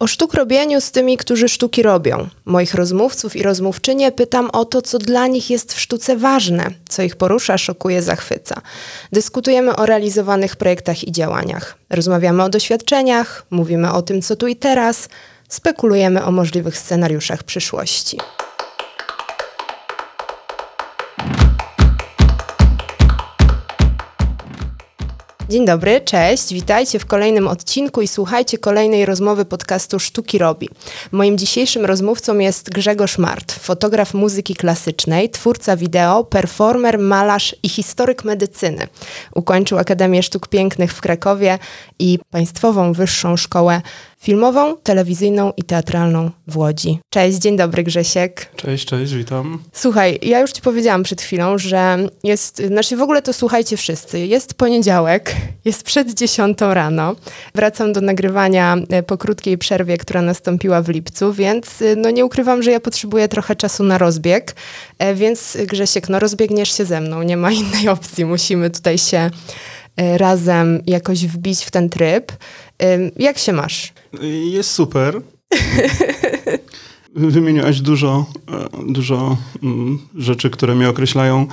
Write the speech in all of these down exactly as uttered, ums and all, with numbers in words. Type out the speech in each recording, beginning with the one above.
O sztukrobieniu z tymi, którzy sztuki robią. Moich rozmówców i rozmówczynie pytam o to, co dla nich jest w sztuce ważne, co ich porusza, szokuje, zachwyca. Dyskutujemy o realizowanych projektach i działaniach. Rozmawiamy o doświadczeniach, mówimy o tym, co tu i teraz, spekulujemy o możliwych scenariuszach przyszłości. Dzień dobry, cześć, witajcie w kolejnym odcinku i słuchajcie kolejnej rozmowy podcastu Sztuki Robi. Moim dzisiejszym rozmówcą jest Grzegorz Mart, fotograf muzyki klasycznej, twórca wideo, performer, malarz i historyk medycyny. Ukończył Akademię Sztuk Pięknych w Krakowie i Państwową Wyższą Szkołę Filmową, Telewizyjną i Teatralną w Łodzi. Cześć, dzień dobry Grzesiek. Cześć, cześć, witam. Słuchaj, ja już ci powiedziałam przed chwilą, że jest, znaczy w ogóle to słuchajcie wszyscy, jest poniedziałek, jest przed dziesiątą rano. Wracam do nagrywania po krótkiej przerwie, która nastąpiła w lipcu, więc no nie ukrywam, że ja potrzebuję trochę czasu na rozbieg, więc Grzesiek, no rozbiegniesz się ze mną, nie ma innej opcji, musimy tutaj się razem jakoś wbić w ten tryb. Jak się masz? Jest super. Wymieniłaś dużo, dużo rzeczy, które mnie określają.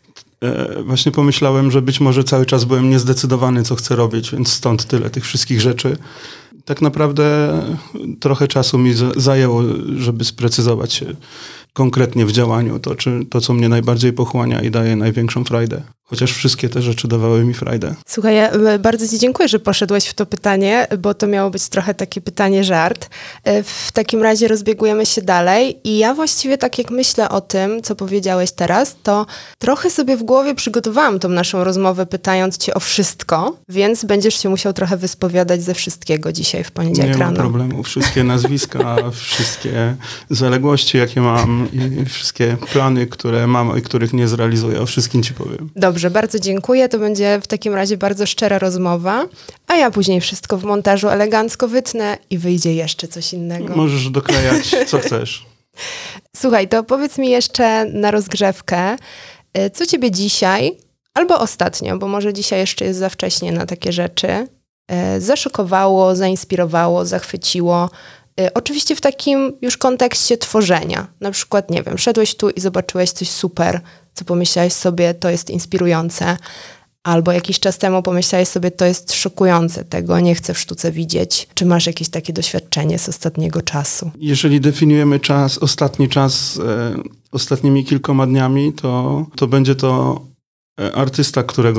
Właśnie pomyślałem, że być może cały czas byłem niezdecydowany, co chcę robić, więc stąd tyle tych wszystkich rzeczy. Tak naprawdę trochę czasu mi zajęło, żeby sprecyzować się konkretnie w działaniu to, czy to, co mnie najbardziej pochłania i daje największą frajdę. Chociaż wszystkie te rzeczy dawały mi frajdę. Słuchaj, ja bardzo ci dziękuję, że poszedłeś w to pytanie, bo to miało być trochę takie pytanie żart. W takim razie rozbiegujemy się dalej i ja właściwie tak jak myślę o tym, co powiedziałeś teraz, to trochę sobie w głowie przygotowałam tą naszą rozmowę, pytając cię o wszystko, więc będziesz się musiał trochę wyspowiadać ze wszystkiego dzisiaj w poniedziałek rano. Nie ma rano. problemu. Wszystkie nazwiska, wszystkie zaległości, jakie mam i wszystkie plany, które mam i których nie zrealizuję, o wszystkim ci powiem. Dobrze, bardzo dziękuję. To będzie w takim razie bardzo szczera rozmowa, a ja później wszystko w montażu elegancko wytnę i wyjdzie jeszcze coś innego. Możesz doklejać, co chcesz. Słuchaj, to powiedz mi jeszcze na rozgrzewkę, co ciebie dzisiaj, albo ostatnio, bo może dzisiaj jeszcze jest za wcześnie na takie rzeczy, zaszokowało, zainspirowało, zachwyciło. Oczywiście w takim już kontekście tworzenia. Na przykład, nie wiem, szedłeś tu i zobaczyłeś coś super, co pomyślałeś sobie, to jest inspirujące. Albo jakiś czas temu pomyślałeś sobie, to jest szokujące, tego nie chcę w sztuce widzieć. Czy masz jakieś takie doświadczenie z ostatniego czasu? Jeżeli definiujemy czas, ostatni czas e, ostatnimi kilkoma dniami, to, to będzie to artysta, którego,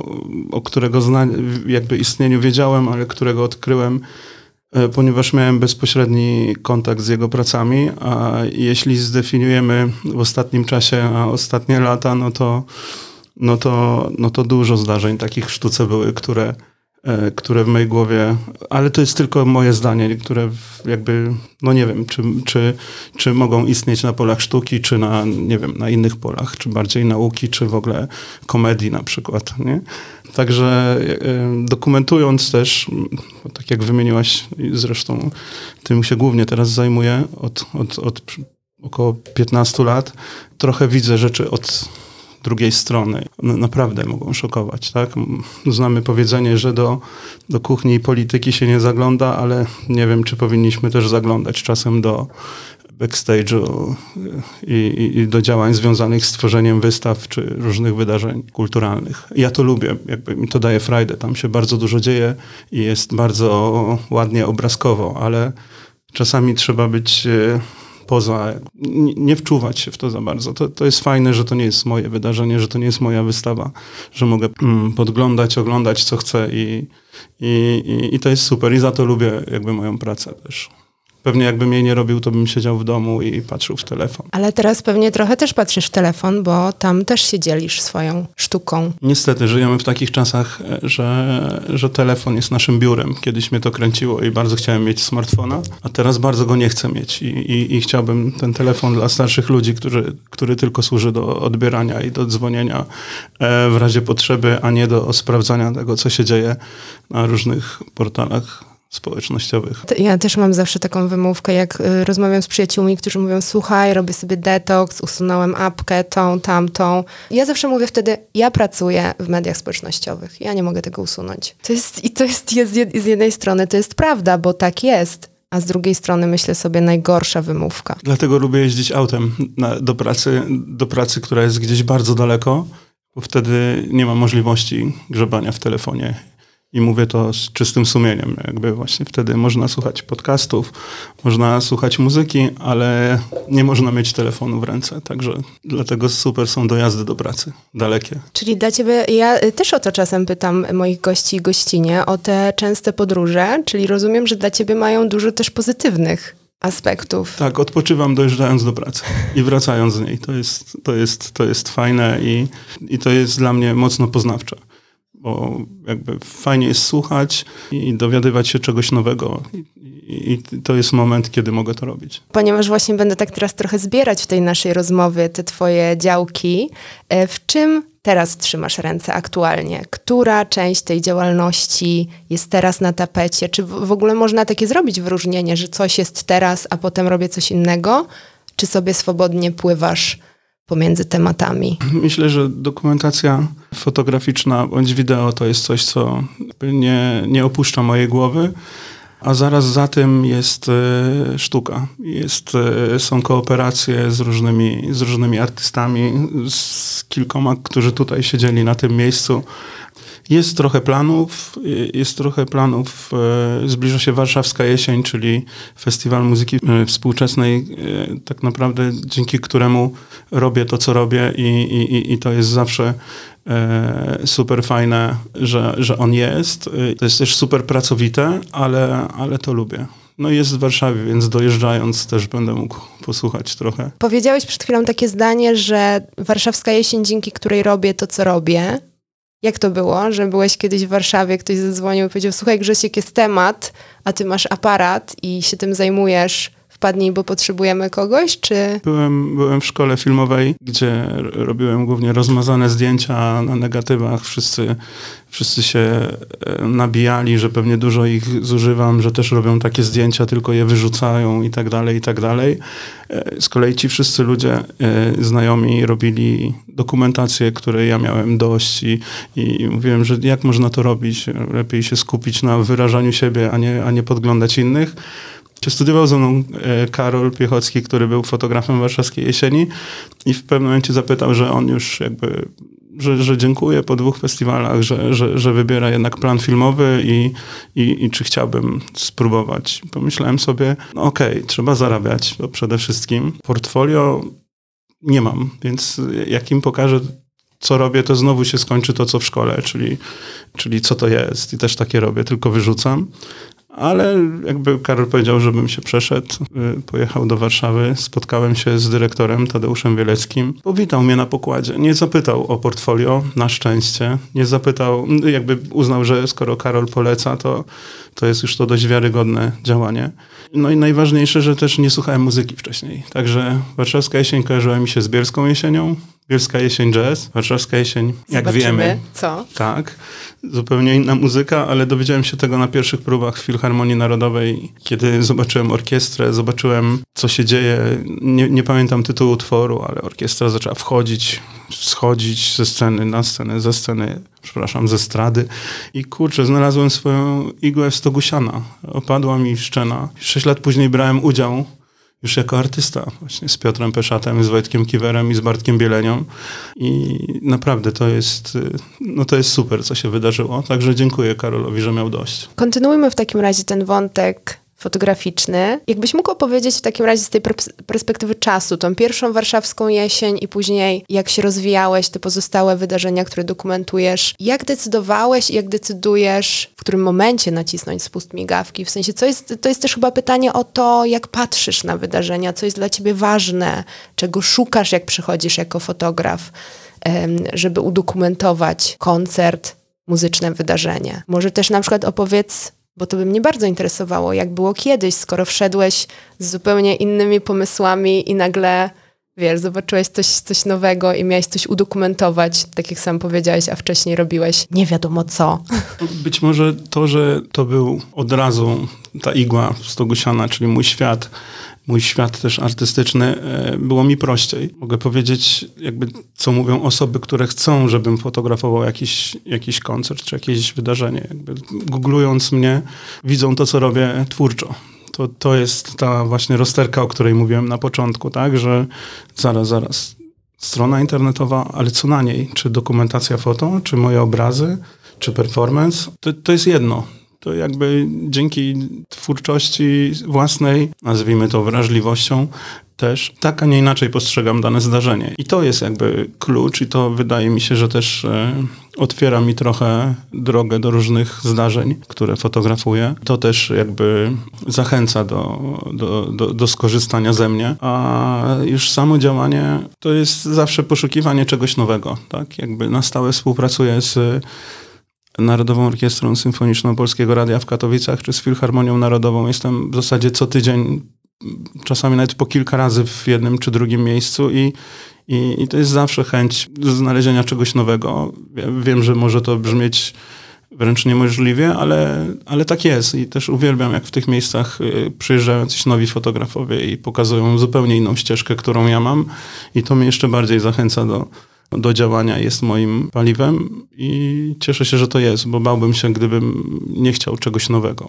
o którego zna, jakby istnieniu wiedziałem, ale którego odkryłem, ponieważ miałem bezpośredni kontakt z jego pracami, a jeśli zdefiniujemy w ostatnim czasie, a ostatnie lata, no to, no to, no to dużo zdarzeń takich w sztuce były, które, które w mojej głowie, ale to jest tylko moje zdanie, które jakby, no nie wiem, czy, czy, czy mogą istnieć na polach sztuki, czy na, nie wiem, na innych polach, czy bardziej nauki, czy w ogóle komedii na przykład, nie? Także dokumentując też, tak jak wymieniłaś, zresztą tym się głównie teraz zajmuję od, od, od około piętnastu lat, trochę widzę rzeczy od drugiej strony. One naprawdę mogą szokować, tak? Znamy powiedzenie, że do, do kuchni i polityki się nie zagląda, ale nie wiem, czy powinniśmy też zaglądać czasem do backstage'u i, i, i do działań związanych z tworzeniem wystaw czy różnych wydarzeń kulturalnych. Ja to lubię, jakby mi to daje frajdę. Tam się bardzo dużo dzieje i jest bardzo ładnie obrazkowo, ale czasami trzeba być poza, nie, nie wczuwać się w to za bardzo. To, to jest fajne, że to nie jest moje wydarzenie, że to nie jest moja wystawa, że mogę mm, podglądać, oglądać co chcę i, i, i, i to jest super i za to lubię jakby moją pracę też. Pewnie jakbym jej nie robił, to bym siedział w domu i patrzył w telefon. Ale teraz pewnie trochę też patrzysz w telefon, bo tam też się dzielisz swoją sztuką. Niestety, żyjemy w takich czasach, że, że telefon jest naszym biurem. Kiedyś mnie to kręciło i bardzo chciałem mieć smartfona, a teraz bardzo go nie chcę mieć. I, i, i chciałbym ten telefon dla starszych ludzi, który, który tylko służy do odbierania i do dzwonienia w razie potrzeby, a nie do sprawdzania tego, co się dzieje na różnych portalach społecznościowych. Ja też mam zawsze taką wymówkę, jak y, rozmawiam z przyjaciółmi, którzy mówią, słuchaj, robię sobie detoks, usunąłem apkę, tą, tamtą. Ja zawsze mówię wtedy, ja pracuję w mediach społecznościowych, ja nie mogę tego usunąć. To jest, i to jest, jest z jednej strony, to jest prawda, bo tak jest. a z drugiej strony myślę sobie najgorsza wymówka. Dlatego lubię jeździć autem na, do pracy, do pracy, która jest gdzieś bardzo daleko, bo wtedy nie ma możliwości grzebania w telefonie. I mówię to z czystym sumieniem. Jakby właśnie wtedy można słuchać podcastów, można słuchać muzyki, ale nie można mieć telefonu w ręce. Także dlatego super są dojazdy do pracy, dalekie. Czyli dla ciebie, ja też o to czasem pytam moich gości i gościnie, o te częste podróże, czyli rozumiem, że dla ciebie mają dużo też pozytywnych aspektów. Tak, odpoczywam dojeżdżając do pracy i wracając z niej. To jest, to jest, to jest fajne i, i to jest dla mnie mocno poznawcze. Bo jakby fajnie jest słuchać i dowiadywać się czegoś nowego. I, i, i to jest moment, kiedy mogę to robić. Ponieważ właśnie będę tak teraz trochę zbierać w tej naszej rozmowie te twoje działki, w czym teraz trzymasz ręce aktualnie? Która część tej działalności jest teraz na tapecie? Czy w ogóle można takie zrobić wyróżnienie, że coś jest teraz, a potem robię coś innego? Czy sobie swobodnie pływasz pomiędzy tematami? Myślę, że dokumentacja fotograficzna bądź wideo to jest coś, co nie, nie opuszcza mojej głowy, a zaraz za tym jest y, sztuka. Jest, y, są kooperacje z różnymi, z różnymi artystami, z kilkoma, którzy tutaj siedzieli na tym miejscu. Jest trochę planów, jest trochę planów, e, zbliża się Warszawska Jesień, czyli festiwal muzyki e, współczesnej, e, tak naprawdę dzięki któremu robię to, co robię i, i, i to jest zawsze e, super fajne, że, że on jest. To jest też super pracowite, ale, ale to lubię. No i jest w Warszawie, więc dojeżdżając też będę mógł posłuchać trochę. Powiedziałeś przed chwilą takie zdanie, że Warszawska Jesień, dzięki której robię to, co robię. Jak to było, że byłeś kiedyś w Warszawie, ktoś zadzwonił i powiedział: słuchaj Grzesiek, jest temat, a ty masz aparat i się tym zajmujesz, wpadnij, bo potrzebujemy kogoś, czy... Byłem, byłem w szkole filmowej, gdzie robiłem głównie rozmazane zdjęcia na negatywach. Wszyscy, wszyscy się nabijali, że pewnie dużo ich zużywam, że też robią takie zdjęcia, tylko je wyrzucają i tak dalej, i tak dalej. Z kolei ci wszyscy ludzie znajomi robili dokumentację, której ja miałem dość i, i mówiłem, że jak można to robić? Lepiej się skupić na wyrażaniu siebie, a nie, a nie podglądać innych. Studiował ze mną Karol Piechocki, który był fotografem Warszawskiej Jesieni i w pewnym momencie zapytał, że on już jakby, że, że dziękuję po dwóch festiwalach, że, że, że wybiera jednak plan filmowy i, i, i czy chciałbym spróbować. Pomyślałem sobie, no okej, okay, trzeba zarabiać, to przede wszystkim. Portfolio nie mam, więc jak im pokażę, co robię, to znowu się skończy to, co w szkole, czyli, czyli co to jest. I też takie robię, tylko wyrzucam. Ale jakby Karol powiedział, żebym się przeszedł, pojechał do Warszawy, spotkałem się z dyrektorem Tadeuszem Wieleckim. Powitał mnie na pokładzie. Nie zapytał o portfolio, na szczęście. Nie zapytał, jakby uznał, że skoro Karol poleca, to, to jest już to dość wiarygodne działanie. No i najważniejsze, że też nie słuchałem muzyki wcześniej. Także Warszawska Jesień kojarzyła mi się z Bielską Jesienią. Bielska Jesień jazz, Warszawska Jesień, jak Zobaczymy, wiemy. co? Tak, zupełnie inna muzyka, ale dowiedziałem się tego na pierwszych próbach w Filharmonii Narodowej, kiedy zobaczyłem orkiestrę, zobaczyłem, co się dzieje. Nie, nie pamiętam tytułu utworu, ale orkiestra zaczęła wchodzić, schodzić ze sceny na scenę, ze sceny, przepraszam, ze strady. I kurczę, znalazłem swoją igłę Stogusiana. Opadła mi szczena. Sześć lat później brałem udział już jako artysta, właśnie z Piotrem Peszatem, z Wojtkiem Kiwerem i z Bartkiem Bielenią. I naprawdę to jest, no to jest super, co się wydarzyło. Także dziękuję Karolowi, że miał dość. Kontynuujmy w takim razie ten wątek fotograficzny. Jakbyś mógł opowiedzieć w takim razie z tej perspektywy czasu, tą pierwszą warszawską jesień i później jak się rozwijałeś, te pozostałe wydarzenia, które dokumentujesz. Jak decydowałeś i jak decydujesz, w którym momencie nacisnąć spust migawki? W sensie, co jest, to jest też chyba pytanie o to, jak patrzysz na wydarzenia, co jest dla ciebie ważne, czego szukasz, jak przychodzisz jako fotograf, żeby udokumentować koncert, muzyczne wydarzenie. Może też na przykład opowiedz, bo to by mnie bardzo interesowało, jak było kiedyś, skoro wszedłeś z zupełnie innymi pomysłami i nagle, wiesz, zobaczyłeś coś, coś nowego i miałeś coś udokumentować, tak jak sam powiedziałeś, a wcześniej robiłeś nie wiadomo co. Być może to, że to był od razu ta igła Stogusiana, czyli mój świat, mój świat też artystyczny, było mi prościej. Mogę powiedzieć, jakby co mówią osoby, które chcą, żebym fotografował jakiś, jakiś koncert czy jakieś wydarzenie. Jakby googlując mnie, widzą to, co robię twórczo. to, to jest ta właśnie rozterka, o której mówiłem na początku, tak, że zaraz, zaraz, strona internetowa, ale co na niej? Czy dokumentacja foto, czy moje obrazy, czy performance? To, to jest jedno. To jakby dzięki twórczości własnej, nazwijmy to wrażliwością, też tak, a nie inaczej postrzegam dane zdarzenie. I to jest jakby klucz i to wydaje mi się, że też e, otwiera mi trochę drogę do różnych zdarzeń, które fotografuję. To też jakby zachęca do, do, do, do skorzystania ze mnie. A już samo działanie to jest zawsze poszukiwanie czegoś nowego. Tak? Jakby na stałe współpracuję z Narodową Orkiestrą Symfoniczną Polskiego Radia w Katowicach czy z Filharmonią Narodową. Jestem w zasadzie co tydzień, czasami nawet po kilka razy w jednym czy drugim miejscu i, i, i to jest zawsze chęć znalezienia czegoś nowego. Wiem, że może to brzmieć wręcz niemożliwie, ale, ale tak jest i też uwielbiam, jak w tych miejscach przyjeżdżają jacyś nowi fotografowie i pokazują zupełnie inną ścieżkę, którą ja mam i to mnie jeszcze bardziej zachęca do do działania, jest moim paliwem i cieszę się, że to jest, bo bałbym się, gdybym nie chciał czegoś nowego.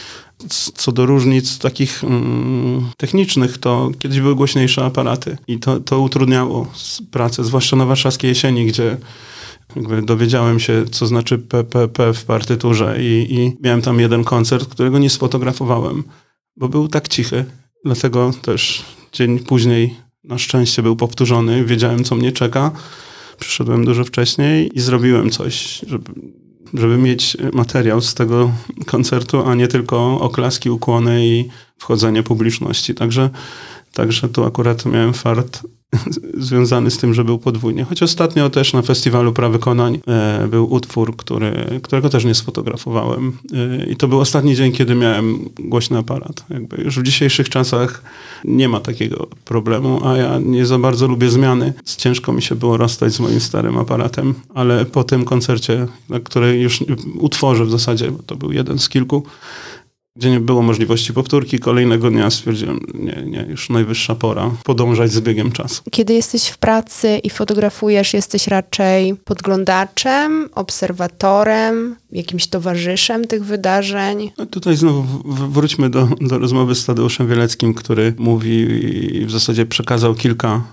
Co do różnic takich mm, technicznych, to kiedyś były głośniejsze aparaty i to, to utrudniało pracę, zwłaszcza na Warszawskiej Jesieni, gdzie jakby dowiedziałem się, co znaczy P P P w partyturze i, i miałem tam jeden koncert, którego nie sfotografowałem, bo był tak cichy, dlatego też dzień później na szczęście był powtórzony, wiedziałem, co mnie czeka. Przyszedłem dużo wcześniej i zrobiłem coś, żeby, żeby mieć materiał z tego koncertu, a nie tylko oklaski, ukłony i wchodzenie publiczności. Także, także tu akurat miałem fart związany z tym, że był podwójnie. Choć ostatnio też na festiwalu Praw Wykonań e, był utwór, który, którego też nie sfotografowałem. E, I to był ostatni dzień, kiedy miałem głośny aparat. Jakby już w dzisiejszych czasach nie ma takiego problemu, a ja nie za bardzo lubię zmiany. Ciężko mi się było rozstać z moim starym aparatem, ale po tym koncercie, na który już utworze w zasadzie, bo to był jeden z kilku, gdzie nie było możliwości powtórki, kolejnego dnia stwierdziłem, nie, nie, już najwyższa pora podążać z biegiem czasu. Kiedy jesteś w pracy i fotografujesz, jesteś raczej podglądaczem, obserwatorem, jakimś towarzyszem tych wydarzeń? No tutaj znowu w- wróćmy do, do rozmowy z Tadeuszem Wieleckim, który mówi i w zasadzie przekazał kilka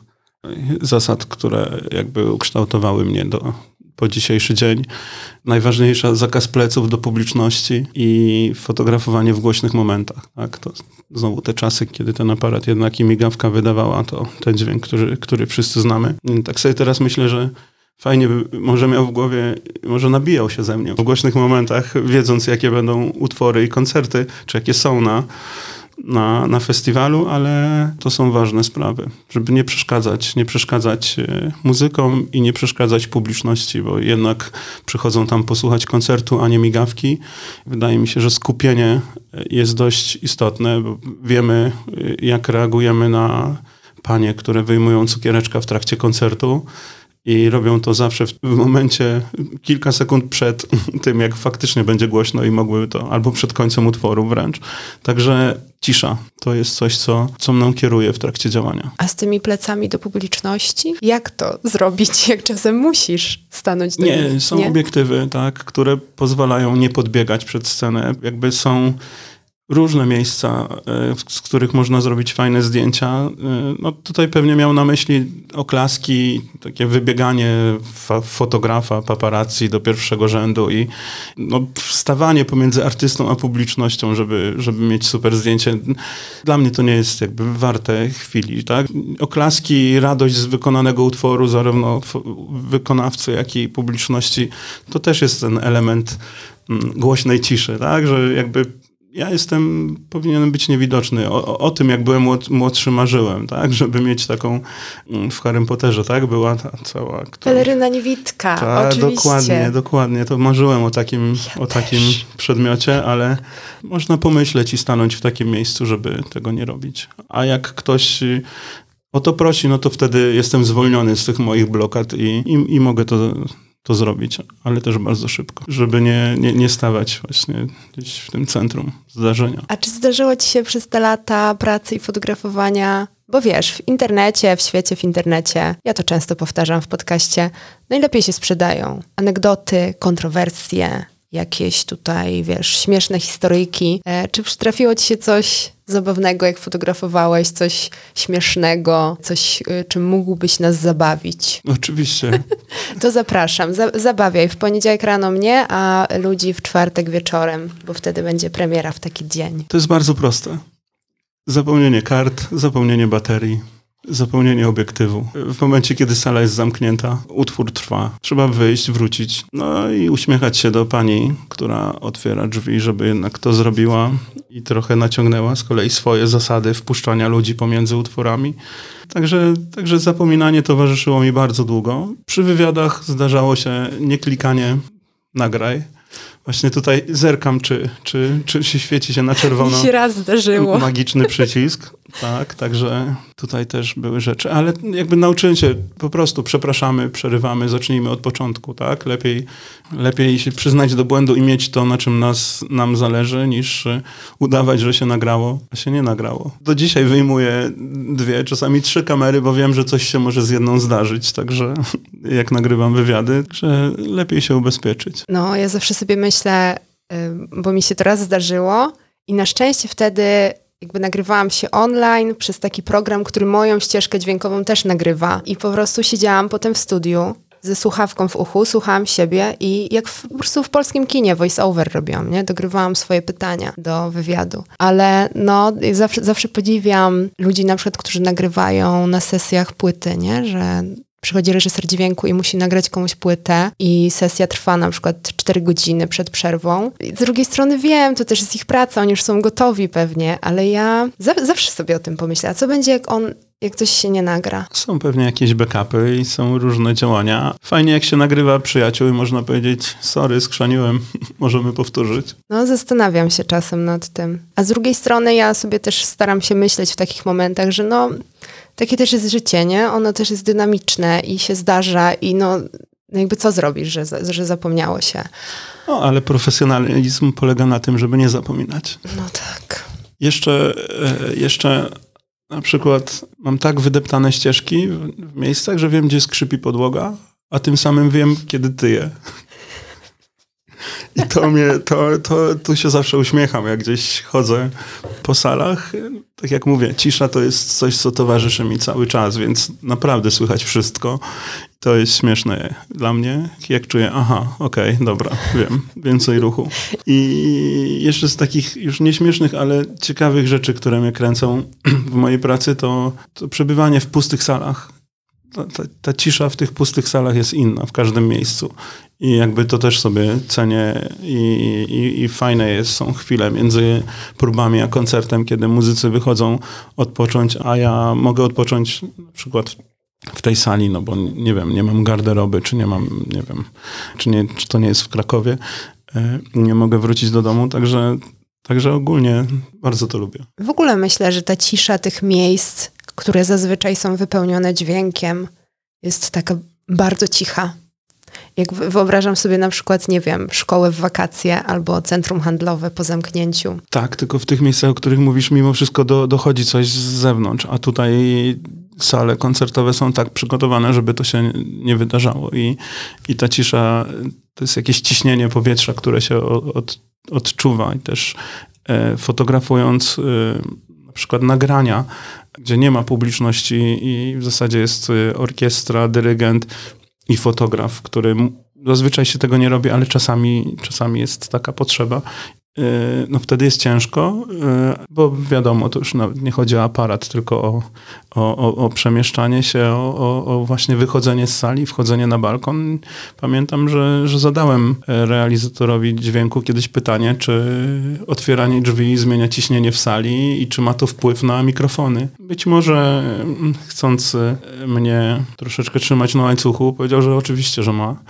zasad, które jakby ukształtowały mnie do po dzisiejszy dzień. Najważniejsza zakaz pleców do publiczności i fotografowanie w głośnych momentach. Tak? To znowu te czasy, kiedy ten aparat jednak i migawka wydawała, to ten dźwięk, który, który wszyscy znamy. I tak sobie teraz myślę, że fajnie by może miał w głowie, może nabijał się ze mnie w głośnych momentach, wiedząc jakie będą utwory i koncerty, czy jakie są na Na, na festiwalu, ale to są ważne sprawy, żeby nie przeszkadzać, nie przeszkadzać muzykom i nie przeszkadzać publiczności, bo jednak przychodzą tam posłuchać koncertu, a nie migawki. Wydaje mi się, że skupienie jest dość istotne, bo wiemy, jak reagujemy na panie, które wyjmują cukiereczka w trakcie koncertu i robią to zawsze w, w momencie, kilka sekund przed tym, jak faktycznie będzie głośno i mogłyby to, albo przed końcem utworu wręcz. Także cisza to jest coś, co, co mną kieruje w trakcie działania. A z tymi plecami do publiczności? Jak to zrobić, jak czasem musisz stanąć do Nie, nich? są Nie? obiektywy, tak, które pozwalają nie podbiegać przed scenę. Jakby są różne miejsca, z których można zrobić fajne zdjęcia. No tutaj pewnie miał na myśli oklaski, takie wybieganie fa- fotografa, paparazzi do pierwszego rzędu i no, wstawanie pomiędzy artystą a publicznością, żeby, żeby mieć super zdjęcie. Dla mnie to nie jest jakby warte chwili, tak? Oklaski, radość z wykonanego utworu, zarówno f- wykonawcy, jak i publiczności, to też jest ten element mm, głośnej ciszy, tak? Że jakby ja jestem, powinienem być niewidoczny. O, o tym, jak byłem młod, młodszy, marzyłem, tak? Żeby mieć taką, w Harrym Potterze, tak? Była ta cała... Która... Peleryna niewidka, ta, oczywiście. Dokładnie, dokładnie. To marzyłem o takim, ja o takim przedmiocie, ale można pomyśleć i stanąć w takim miejscu, żeby tego nie robić. A jak ktoś o to prosi, no to wtedy jestem zwolniony z tych moich blokad i, i, i mogę to... to zrobić, ale też bardzo szybko, żeby nie, nie, nie stawać właśnie gdzieś w tym centrum zdarzenia. A czy zdarzyło ci się przez te lata pracy i fotografowania, bo wiesz, w internecie, w świecie w internecie, ja to często powtarzam w podcaście, najlepiej się sprzedają anegdoty, kontrowersje, jakieś tutaj, wiesz, śmieszne historyjki. E, czy przytrafiło ci się coś zabawnego, jak fotografowałeś, coś śmiesznego, coś, y, czym mógłbyś nas zabawić? Oczywiście. To zapraszam, za, zabawiaj w poniedziałek rano mnie, a ludzi w czwartek wieczorem, bo wtedy będzie premiera w taki dzień. To jest bardzo proste. Zapełnienie kart, zapełnienie baterii, zapełnienie obiektywu. W momencie, kiedy sala jest zamknięta, utwór trwa. Trzeba wyjść, wrócić. No i uśmiechać się do pani, która otwiera drzwi, żeby jednak to zrobiła i trochę naciągnęła z kolei swoje zasady wpuszczania ludzi pomiędzy utworami. Także, także zapominanie towarzyszyło mi bardzo długo. Przy wywiadach zdarzało się nieklikanie nagraj. Właśnie tutaj zerkam, czy, czy, czy się świeci się na czerwono. Mi się raz zdarzyło. Magiczny przycisk. Tak, także tutaj też były rzeczy. Ale jakby nauczyłem się po prostu przepraszamy, przerywamy, zacznijmy od początku. Tak? Lepiej, lepiej się przyznać do błędu i mieć to, na czym nas, nam zależy, niż udawać, że się nagrało, a się nie nagrało. Do dzisiaj wyjmuję dwie, czasami trzy kamery, bo wiem, że coś się może z jedną zdarzyć. Także jak nagrywam wywiady, że lepiej się ubezpieczyć. No, ja zawsze sobie myślę, bo mi się to raz zdarzyło i na szczęście wtedy jakby nagrywałam się online przez taki program, który moją ścieżkę dźwiękową też nagrywa i po prostu siedziałam potem w studiu ze słuchawką w uchu, słuchałam siebie i jak w, po prostu w polskim kinie voice over robiłam, nie? Dogrywałam swoje pytania do wywiadu. Ale no, zawsze, zawsze podziwiam ludzi na przykład, którzy nagrywają na sesjach płyty, nie? Że przychodzi reżyser dźwięku i musi nagrać komuś płytę i sesja trwa na przykład cztery godziny przed przerwą. I z drugiej strony wiem, to też jest ich praca, oni już są gotowi pewnie, ale ja za- zawsze sobie o tym pomyślę. A co będzie, jak on, jak coś się nie nagra? Są pewnie jakieś backupy i są różne działania. Fajnie, jak się nagrywa przyjaciół i można powiedzieć, sorry, skrzaniłem, możemy powtórzyć. No, zastanawiam się czasem nad tym. A z drugiej strony ja sobie też staram się myśleć w takich momentach, że no, takie też jest życie, nie? Ono też jest dynamiczne i się zdarza i no, no jakby co zrobisz, że, że zapomniało się? No, ale profesjonalizm polega na tym, żeby nie zapominać. No tak. Jeszcze, jeszcze na przykład mam tak wydeptane ścieżki w miejscach, że wiem, gdzie skrzypi podłoga, a tym samym wiem, kiedy tyję. I to mnie, to, to, tu się zawsze uśmiecham, jak gdzieś chodzę po salach. Tak jak mówię, cisza to jest coś, co towarzyszy mi cały czas, więc naprawdę słychać wszystko. To jest śmieszne dla mnie, jak czuję, aha, okej, okay, dobra, wiem, więcej ruchu. I jeszcze z takich już nieśmiesznych, ale ciekawych rzeczy, które mnie kręcą w mojej pracy, to, to przebywanie w pustych salach. Ta, ta, ta cisza w tych pustych salach jest inna w każdym miejscu. I jakby to też sobie cenię i, i, i fajne jest, są chwile między próbami a koncertem, kiedy muzycy wychodzą odpocząć, a ja mogę odpocząć na przykład w tej sali, no bo nie wiem, nie mam garderoby, czy nie mam, nie wiem, czy, nie, czy to nie jest w Krakowie, nie mogę wrócić do domu, także, także ogólnie bardzo to lubię. W ogóle myślę, że ta cisza tych miejsc, które zazwyczaj są wypełnione dźwiękiem, jest taka bardzo cicha. Jak wyobrażam sobie na przykład, nie wiem, szkołę w wakacje albo centrum handlowe po zamknięciu. Tak, tylko w tych miejscach, o których mówisz, mimo wszystko do, dochodzi coś z zewnątrz, a tutaj sale koncertowe są tak przygotowane, żeby to się nie wydarzało i, i ta cisza to jest jakieś ciśnienie powietrza, które się od, odczuwa i też e, fotografując e, na przykład nagrania, gdzie nie ma publiczności i w zasadzie jest orkiestra, dyrygent i fotograf, który zazwyczaj się tego nie robi, ale czasami, czasami jest taka potrzeba. No wtedy jest ciężko, bo wiadomo, to już nawet nie chodzi o aparat, tylko o, o, o przemieszczanie się, o, o, o właśnie wychodzenie z sali, wchodzenie na balkon. Pamiętam, że, że zadałem realizatorowi dźwięku kiedyś pytanie, czy otwieranie drzwi zmienia ciśnienie w sali i czy ma to wpływ na mikrofony. Być może chcąc mnie troszeczkę trzymać na łańcuchu, powiedział, że oczywiście, że ma,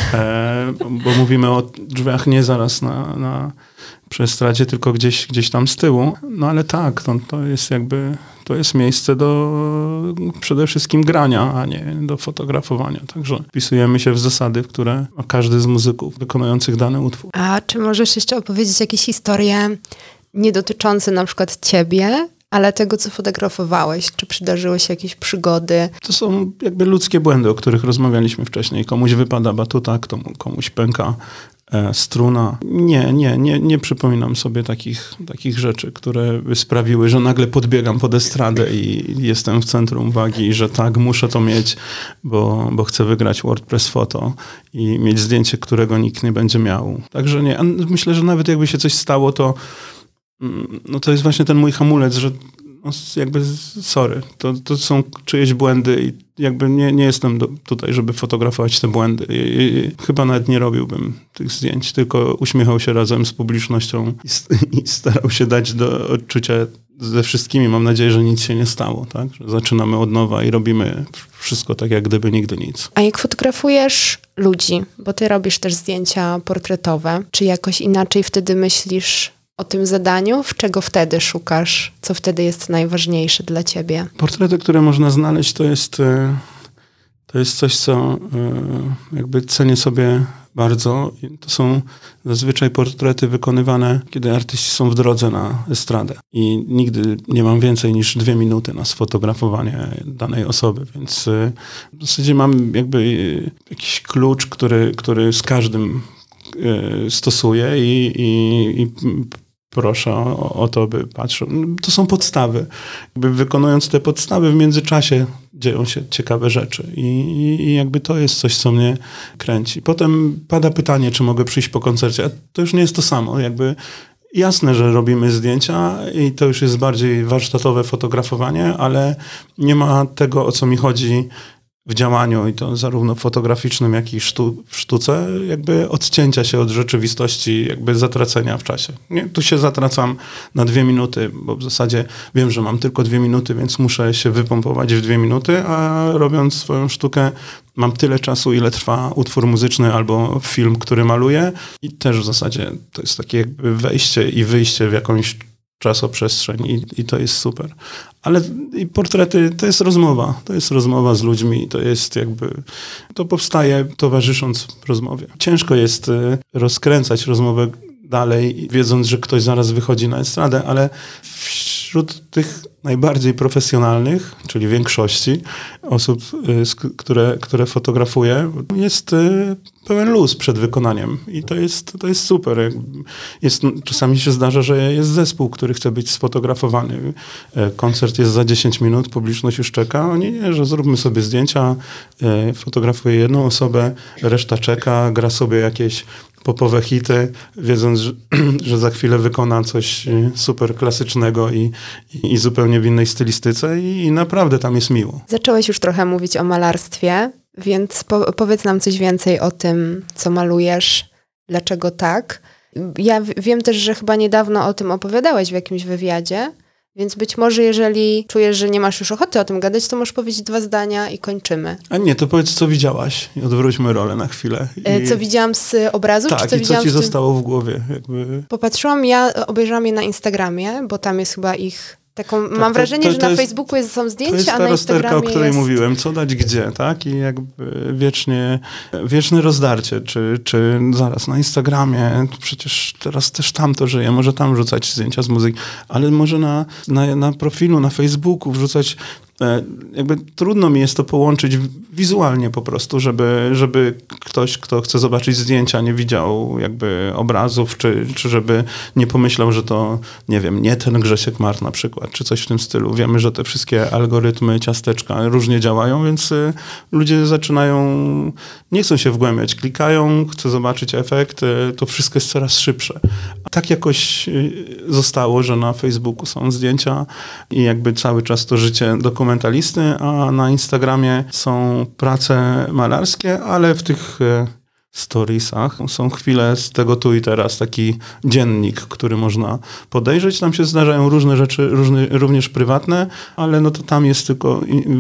bo mówimy o drzwiach nie zaraz na, na przy estradzie, tylko gdzieś, gdzieś tam z tyłu. No ale tak, to, to jest jakby, to jest miejsce do przede wszystkim grania, a nie do fotografowania. Także wpisujemy się w zasady, w które ma każdy z muzyków wykonujących dany utwór. A czy możesz jeszcze opowiedzieć jakieś historie nie dotyczące na przykład ciebie, ale tego, co fotografowałeś? Czy przydarzyły się jakieś przygody? To są jakby ludzkie błędy, o których rozmawialiśmy wcześniej. Komuś wypada batuta, komuś pęka e, struna. Nie, nie, nie, nie przypominam sobie takich, takich rzeczy, które by sprawiły, że nagle podbiegam pod estradę i jestem w centrum uwagi i że tak, muszę to mieć, bo, bo chcę wygrać WordPress Photo i mieć zdjęcie, którego nikt nie będzie miał. Także nie, myślę, że nawet jakby się coś stało, to no to jest właśnie ten mój hamulec, że no jakby sorry, to, to są czyjeś błędy i jakby nie, nie jestem do, tutaj, żeby fotografować te błędy. I, i, chyba nawet nie robiłbym tych zdjęć, tylko uśmiechał się razem z publicznością i, i starał się dać do odczucia ze wszystkimi. Mam nadzieję, że nic się nie stało, tak? Że zaczynamy od nowa i robimy wszystko tak, jak gdyby nigdy nic. A jak fotografujesz ludzi, bo ty robisz też zdjęcia portretowe, czy jakoś inaczej wtedy myślisz o tym zadaniu? W czego wtedy szukasz? Co wtedy jest najważniejsze dla ciebie? Portrety, które można znaleźć, to jest, to jest coś, co jakby cenię sobie bardzo. To są zazwyczaj portrety wykonywane, kiedy artyści są w drodze na estradę. I nigdy nie mam więcej niż dwie minuty na sfotografowanie danej osoby, więc w zasadzie mam jakby jakiś klucz, który, który z każdym stosuję i, i, i proszę o, o to, by patrzył. To są podstawy. Jakby wykonując te podstawy, w międzyczasie dzieją się ciekawe rzeczy. I, i jakby to jest coś, co mnie kręci. Potem pada pytanie, czy mogę przyjść po koncercie. A to już nie jest to samo. Jakby jasne, że robimy zdjęcia i to już jest bardziej warsztatowe fotografowanie, ale nie ma tego, o co mi chodzi w działaniu i to zarówno fotograficznym, jak i sztu, w sztuce, jakby odcięcia się od rzeczywistości, jakby zatracenia w czasie. Nie? Tu się zatracam na dwie minuty, bo w zasadzie wiem, że mam tylko dwie minuty, więc muszę się wypompować w dwie minuty, a robiąc swoją sztukę mam tyle czasu, ile trwa utwór muzyczny albo film, który maluję i też w zasadzie to jest takie jakby wejście i wyjście w jakąś czasoprzestrzeń i, i to jest super. Ale i portrety to jest rozmowa. To jest rozmowa z ludźmi. To jest jakby, to powstaje towarzysząc rozmowie. Ciężko jest rozkręcać rozmowę dalej, wiedząc, że ktoś zaraz wychodzi na estradę, ale wśród tych najbardziej profesjonalnych, czyli większości osób, które, które fotografuję, jest pełen luz przed wykonaniem i to jest, to jest super. Jest, czasami się zdarza, że jest zespół, który chce być sfotografowany. Koncert jest za dziesięć minut, publiczność już czeka. Oni nie, że zróbmy sobie zdjęcia, fotografuję jedną osobę, reszta czeka, gra sobie jakieś popowe hity, wiedząc, że, że za chwilę wykona coś super klasycznego i, i, i zupełnie w innej stylistyce i, i naprawdę tam jest miło. Zacząłeś już trochę mówić o malarstwie, więc po, powiedz nam coś więcej o tym, co malujesz, dlaczego tak. Ja w, wiem też, że chyba niedawno o tym opowiadałeś w jakimś wywiadzie, więc być może jeżeli czujesz, że nie masz już ochoty o tym gadać, to możesz powiedzieć dwa zdania i kończymy. A nie, to powiedz, co widziałaś i odwróćmy rolę na chwilę. I... Co widziałam z obrazów? Tak, czy co i co ci w tym... zostało w głowie? Jakby... Popatrzyłam, ja obejrzałam je na Instagramie, bo tam jest chyba ich... Taką, tak, mam to, wrażenie, to, to że na jest, Facebooku jest, są zdjęcia, to jest a na Instagramie rozterka, o której jest... mówiłem, co dać gdzie, tak? I jakby wiecznie, wieczne rozdarcie, czy, czy zaraz na Instagramie, przecież teraz też tam to żyje, może tam wrzucać zdjęcia z muzyki, ale może na, na, na profilu, na Facebooku wrzucać, jakby trudno mi jest to połączyć wizualnie po prostu, żeby, żeby ktoś, kto chce zobaczyć zdjęcia, nie widział jakby obrazów, czy, czy żeby nie pomyślał, że to, nie wiem, nie ten Grzesiek Mart na przykład, czy coś w tym stylu. Wiemy, że te wszystkie algorytmy, ciasteczka różnie działają, więc y, ludzie zaczynają, nie chcą się wgłębiać, klikają, chcą zobaczyć efekt, y, to wszystko jest coraz szybsze. A tak jakoś y, zostało, że na Facebooku są zdjęcia i jakby cały czas to życie dokumentalne dokumentalisty, a na Instagramie są prace malarskie, ale w tych storiesach są chwile z tego tu i teraz, taki dziennik, który można podejrzeć. Tam się zdarzają różne rzeczy, różne, również prywatne, ale no to tam jest tylko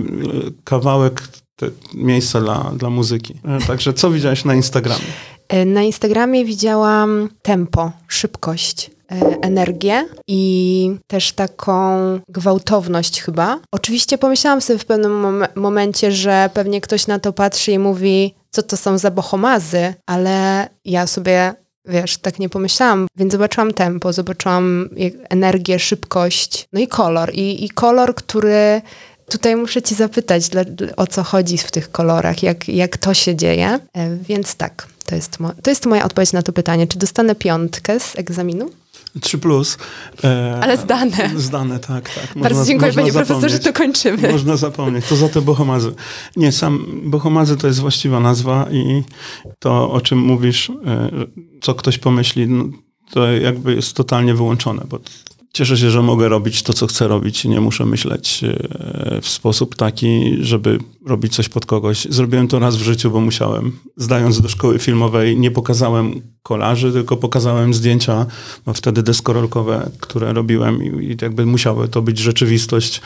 kawałek te, miejsca dla, dla muzyki. Także co widziałeś na Instagramie? Na Instagramie widziałam tempo, szybkość, energię i też taką gwałtowność chyba. Oczywiście pomyślałam sobie w pewnym mom- momencie, że pewnie ktoś na to patrzy i mówi, co to są za bohomazy, ale ja sobie, wiesz, tak nie pomyślałam, więc zobaczyłam tempo, zobaczyłam energię, szybkość, no i kolor. I, i kolor, który... Tutaj muszę cię zapytać, dla, o co chodzi w tych kolorach, jak, jak to się dzieje. E, więc tak, To jest, mo- to jest moja odpowiedź na to pytanie. Czy dostanę piątkę z egzaminu? trzy plus. E, Ale zdane. Zdane, tak, tak. Bardzo można, dziękuję, można panie zapomnieć. profesorze, to kończymy. Można zapomnieć. To za te Bohomazy. Nie, sam Bohomazy to jest właściwa nazwa i to, o czym mówisz, e, co ktoś pomyśli, no, to jakby jest totalnie wyłączone, bo cieszę się, że mogę robić to, co chcę robić i nie muszę myśleć w sposób taki, żeby robić coś pod kogoś. Zrobiłem to raz w życiu, bo musiałem. Zdając do szkoły filmowej, nie pokazałem kolaży, tylko pokazałem zdjęcia, no wtedy deskorolkowe, które robiłem i, i jakby musiały to być rzeczywistość.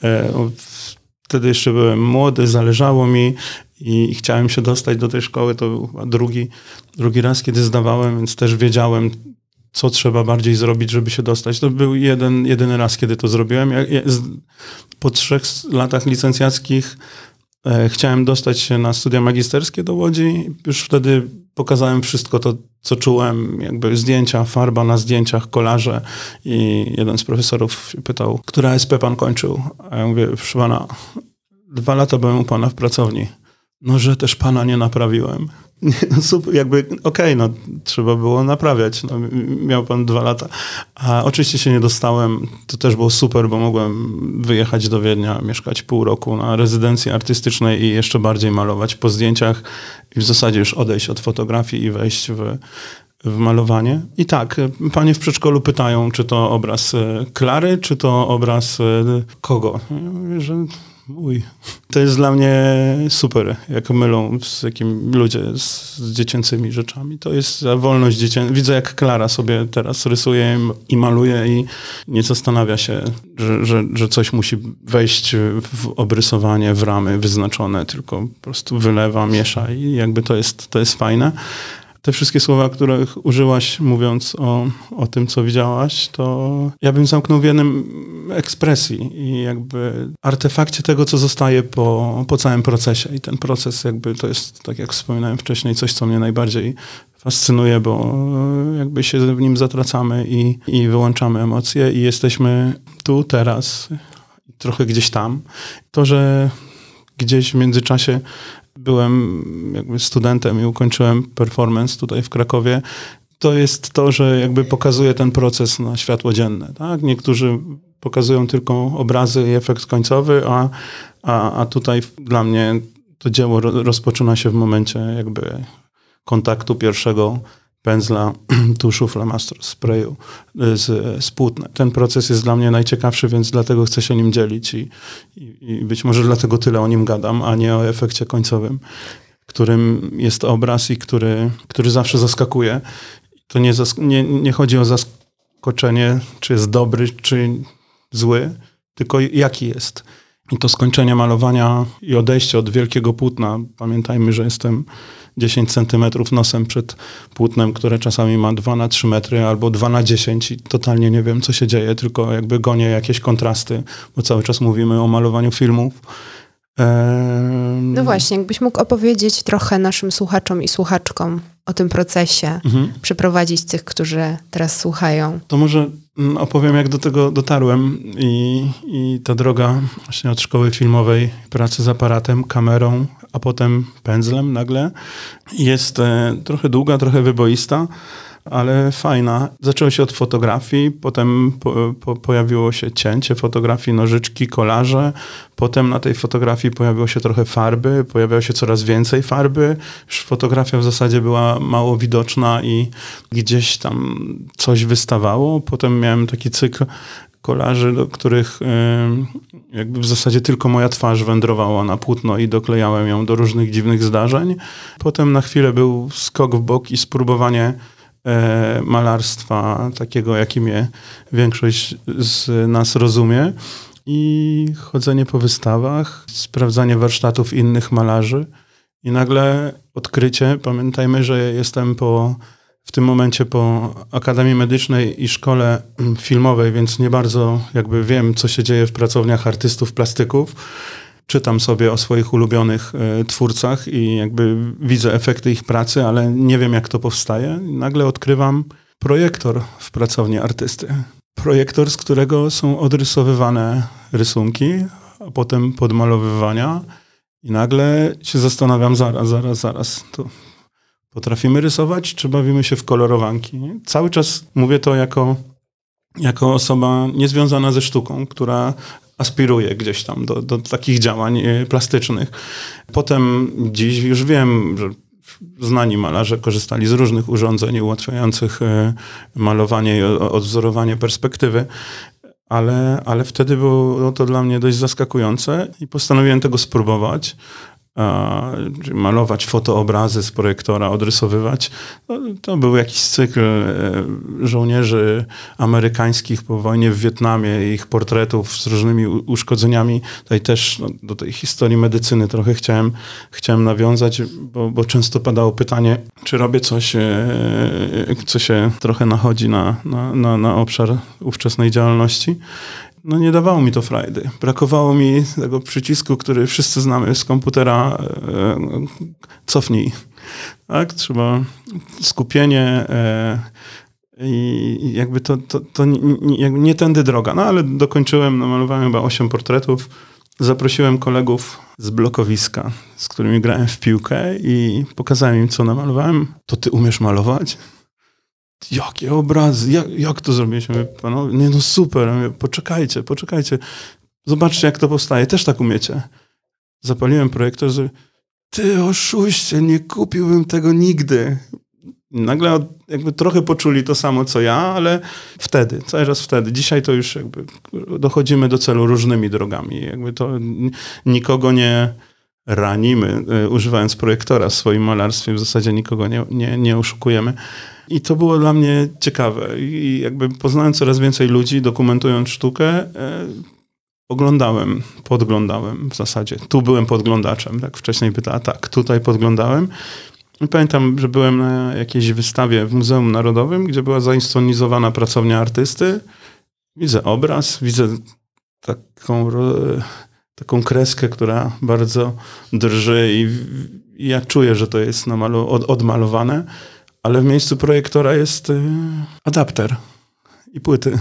Wtedy jeszcze byłem młody, zależało mi i chciałem się dostać do tej szkoły. To był drugi, drugi raz, kiedy zdawałem, więc też wiedziałem, co trzeba bardziej zrobić, żeby się dostać. To był jeden, jedyny raz, kiedy to zrobiłem. Ja, ja z, po trzech latach licencjackich e, chciałem dostać się na studia magisterskie do Łodzi. Już wtedy pokazałem wszystko to, co czułem. Jakby zdjęcia, farba na zdjęciach, kolarze. I jeden z profesorów się pytał, która S P pan kończył? A ja mówię, proszę pana, dwa lata byłem u pana w pracowni. No, że też pana nie naprawiłem. No super, jakby okej, okay, no trzeba było naprawiać. No, miał pan dwa lata. A oczywiście się nie dostałem. To też było super, bo mogłem wyjechać do Wiednia, mieszkać pół roku na rezydencji artystycznej i jeszcze bardziej malować po zdjęciach i w zasadzie już odejść od fotografii i wejść w, w malowanie. I tak, panie w przedszkolu pytają, czy to obraz Klary, czy to obraz kogo? Ja mówię, że mój. To jest dla mnie super, jak mylą z jakim ludzie z, z dziecięcymi rzeczami. To jest wolność dziecięca. Widzę, jak Klara sobie teraz rysuje i maluje i nie zastanawia się, że, że, że coś musi wejść w obrysowanie, w ramy wyznaczone, tylko po prostu wylewa, miesza i jakby to jest, to jest fajne. Te wszystkie słowa, których użyłaś, mówiąc o, o tym, co widziałaś, to ja bym zamknął w jednym ekspresji i jakby artefakcie tego, co zostaje po, po całym procesie. I ten proces jakby to jest, tak jak wspominałem wcześniej, coś, co mnie najbardziej fascynuje, bo jakby się w nim zatracamy i, i wyłączamy emocje i jesteśmy tu, teraz, trochę gdzieś tam. To, że gdzieś w międzyczasie byłem jakby studentem i ukończyłem performance tutaj w Krakowie, to jest to, że jakby pokazuje ten proces na światło dzienne. Tak? Niektórzy pokazują tylko obrazy i efekt końcowy, a, a, a tutaj dla mnie to dzieło rozpoczyna się w momencie jakby kontaktu pierwszego pędzla, tuszu, flamastru, sprayu z, z płótnem. Ten proces jest dla mnie najciekawszy, więc dlatego chcę się nim dzielić i, i, i być może dlatego tyle o nim gadam, a nie o efekcie końcowym, którym jest obraz i który, który zawsze zaskakuje. To nie, zask- nie, nie chodzi o zaskoczenie, czy jest dobry, czy zły, tylko jaki jest. I to skończenie malowania i odejście od wielkiego płótna. Pamiętajmy, że jestem dziesięć centymetrów nosem przed płótnem, które czasami ma dwa na trzy metry albo dwa na dziesięć i totalnie nie wiem, co się dzieje, tylko jakby gonię jakieś kontrasty, bo cały czas mówimy o malowaniu filmów. Ehm... No właśnie, jakbyś mógł opowiedzieć trochę naszym słuchaczom i słuchaczkom o tym procesie, mhm. przyprowadzić tych, którzy teraz słuchają. To może opowiem, jak do tego dotarłem i, i ta droga właśnie od szkoły filmowej, pracy z aparatem, kamerą, a potem pędzlem nagle jest e, trochę długa, trochę wyboista, ale fajna. Zaczęło się od fotografii, potem po, po, pojawiło się cięcie fotografii, nożyczki, kolarze, potem na tej fotografii pojawiło się trochę farby, pojawiało się coraz więcej farby, już fotografia w zasadzie była mało widoczna i gdzieś tam coś wystawało. Potem miałem taki cykl kolarzy, do których y, jakby w zasadzie tylko moja twarz wędrowała na płótno i doklejałem ją do różnych dziwnych zdarzeń. Potem na chwilę był skok w bok i spróbowanie e, malarstwa takiego, jakim je większość z nas rozumie. I chodzenie po wystawach, sprawdzanie warsztatów innych malarzy i nagle odkrycie, pamiętajmy, że jestem po w tym momencie po Akademii Medycznej i Szkole Filmowej, więc nie bardzo jakby wiem, co się dzieje w pracowniach artystów, plastyków. Czytam sobie o swoich ulubionych y, twórcach i jakby widzę efekty ich pracy, ale nie wiem, jak to powstaje. I nagle odkrywam projektor w pracowni artysty. Projektor, z którego są odrysowywane rysunki, a potem podmalowywania. I nagle się zastanawiam, zaraz, zaraz, zaraz, to Potrafimy rysować, czy bawimy się w kolorowanki? Cały czas mówię to jako, jako osoba niezwiązana ze sztuką, która aspiruje gdzieś tam do, do takich działań plastycznych. Potem dziś już wiem, że znani malarze korzystali z różnych urządzeń ułatwiających malowanie i odwzorowanie perspektywy, ale, ale wtedy było to dla mnie dość zaskakujące i postanowiłem tego spróbować. A, malować fotoobrazy z projektora, odrysowywać. To, to był jakiś cykl e, żołnierzy amerykańskich po wojnie w Wietnamie i ich portretów z różnymi u, uszkodzeniami. Tutaj też no, do tej historii medycyny trochę chciałem, chciałem nawiązać, bo, bo często padało pytanie, czy robię coś, e, co się trochę nachodzi na, na, na, na obszar ówczesnej działalności. No nie dawało mi to frajdy. Brakowało mi tego przycisku, który wszyscy znamy z komputera. E, cofnij. Tak? Trzeba skupienie e, i jakby to, to, to nie, jakby nie tędy droga. No ale dokończyłem, namalowałem chyba osiem portretów. Zaprosiłem kolegów z blokowiska, z którymi grałem w piłkę i pokazałem im, co namalowałem. To ty umiesz malować? Jakie obrazy, jak, jak to zrobiliśmy? Panowie, nie no super, ja mówię, poczekajcie, poczekajcie, zobaczcie jak to powstaje, też tak umiecie. Zapaliłem projektor, że ty oszuście, nie kupiłbym tego nigdy. Nagle jakby trochę poczuli to samo co ja, ale wtedy, cały czas wtedy. Dzisiaj to już jakby dochodzimy do celu różnymi drogami. Jakby to nikogo nie ranimy, używając projektora w swoim malarstwie, w zasadzie nikogo nie, nie, nie oszukujemy. I to było dla mnie ciekawe. I jakby poznałem coraz więcej ludzi, dokumentując sztukę, e, oglądałem, podglądałem w zasadzie. Tu byłem podglądaczem, tak wcześniej pytała, tak, tutaj podglądałem. I pamiętam, że byłem na jakiejś wystawie w Muzeum Narodowym, gdzie była zainscenizowana pracownia artysty. Widzę obraz, widzę taką, taką kreskę, która bardzo drży i, i ja czuję, że to jest namalu- od, odmalowane. Ale w miejscu projektora jest y, adapter i płyty.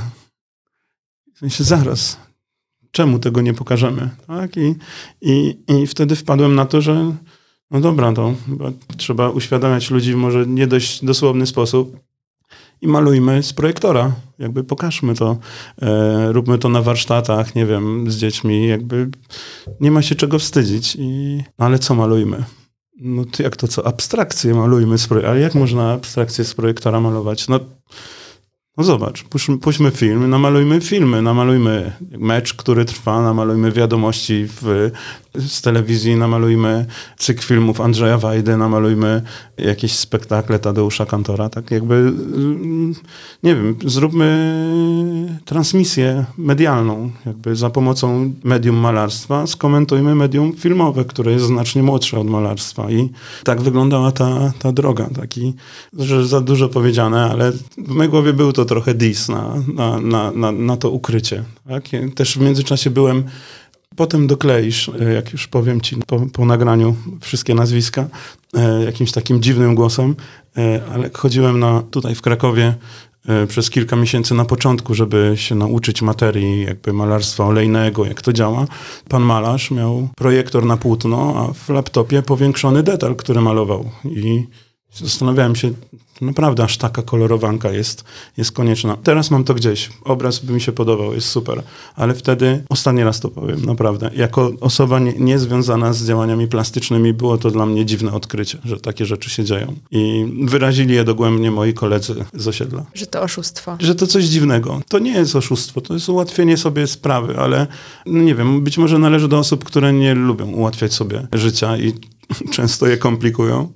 W sensie zaraz. Czemu tego nie pokażemy? Tak? I, i, I wtedy wpadłem na to, że no dobra, to trzeba uświadamiać ludzi w może nie dość dosłowny sposób i malujmy z projektora. Jakby pokażmy to. E, róbmy to na warsztatach, nie wiem, z dziećmi. Jakby nie ma się czego wstydzić. I, no ale co malujmy? No to jak to co? Abstrakcję malujmy z projektora. Ale jak można abstrakcję z projektora malować? No, no zobacz, puśćmy, puśćmy film, namalujmy filmy, namalujmy mecz, który trwa, namalujmy wiadomości w, z telewizji, namalujmy cykl filmów Andrzeja Wajdy, namalujmy jakieś spektakle Tadeusza Kantora. Tak jakby, nie wiem, zróbmy transmisję medialną, jakby za pomocą medium malarstwa, skomentujmy medium filmowe, które jest znacznie młodsze od malarstwa i tak wyglądała ta, ta droga. Taki, że za dużo powiedziane, ale w mojej głowie był to trochę diss na, na, na, na, na to ukrycie. Tak? Też w międzyczasie byłem, potem dokleisz, jak już powiem ci po, po nagraniu wszystkie nazwiska, jakimś takim dziwnym głosem, ale chodziłem na, tutaj w Krakowie przez kilka miesięcy na początku, żeby się nauczyć materii jakby malarstwa olejnego, jak to działa. Pan malarz miał projektor na płótno, a w laptopie powiększony detal, który malował. I zastanawiałem się, naprawdę aż taka kolorowanka jest, jest konieczna. Teraz mam to gdzieś. Obraz by mi się podobał, jest super. Ale wtedy, ostatni raz to powiem, naprawdę. Jako osoba nie, niezwiązana z działaniami plastycznymi było to dla mnie dziwne odkrycie, że takie rzeczy się dzieją. I wyrazili je dogłębnie moi koledzy z osiedla. Że to oszustwo. Że to coś dziwnego. To nie jest oszustwo, to jest ułatwienie sobie sprawy, ale no nie wiem, być może należy do osób, które nie lubią ułatwiać sobie życia i często je komplikują.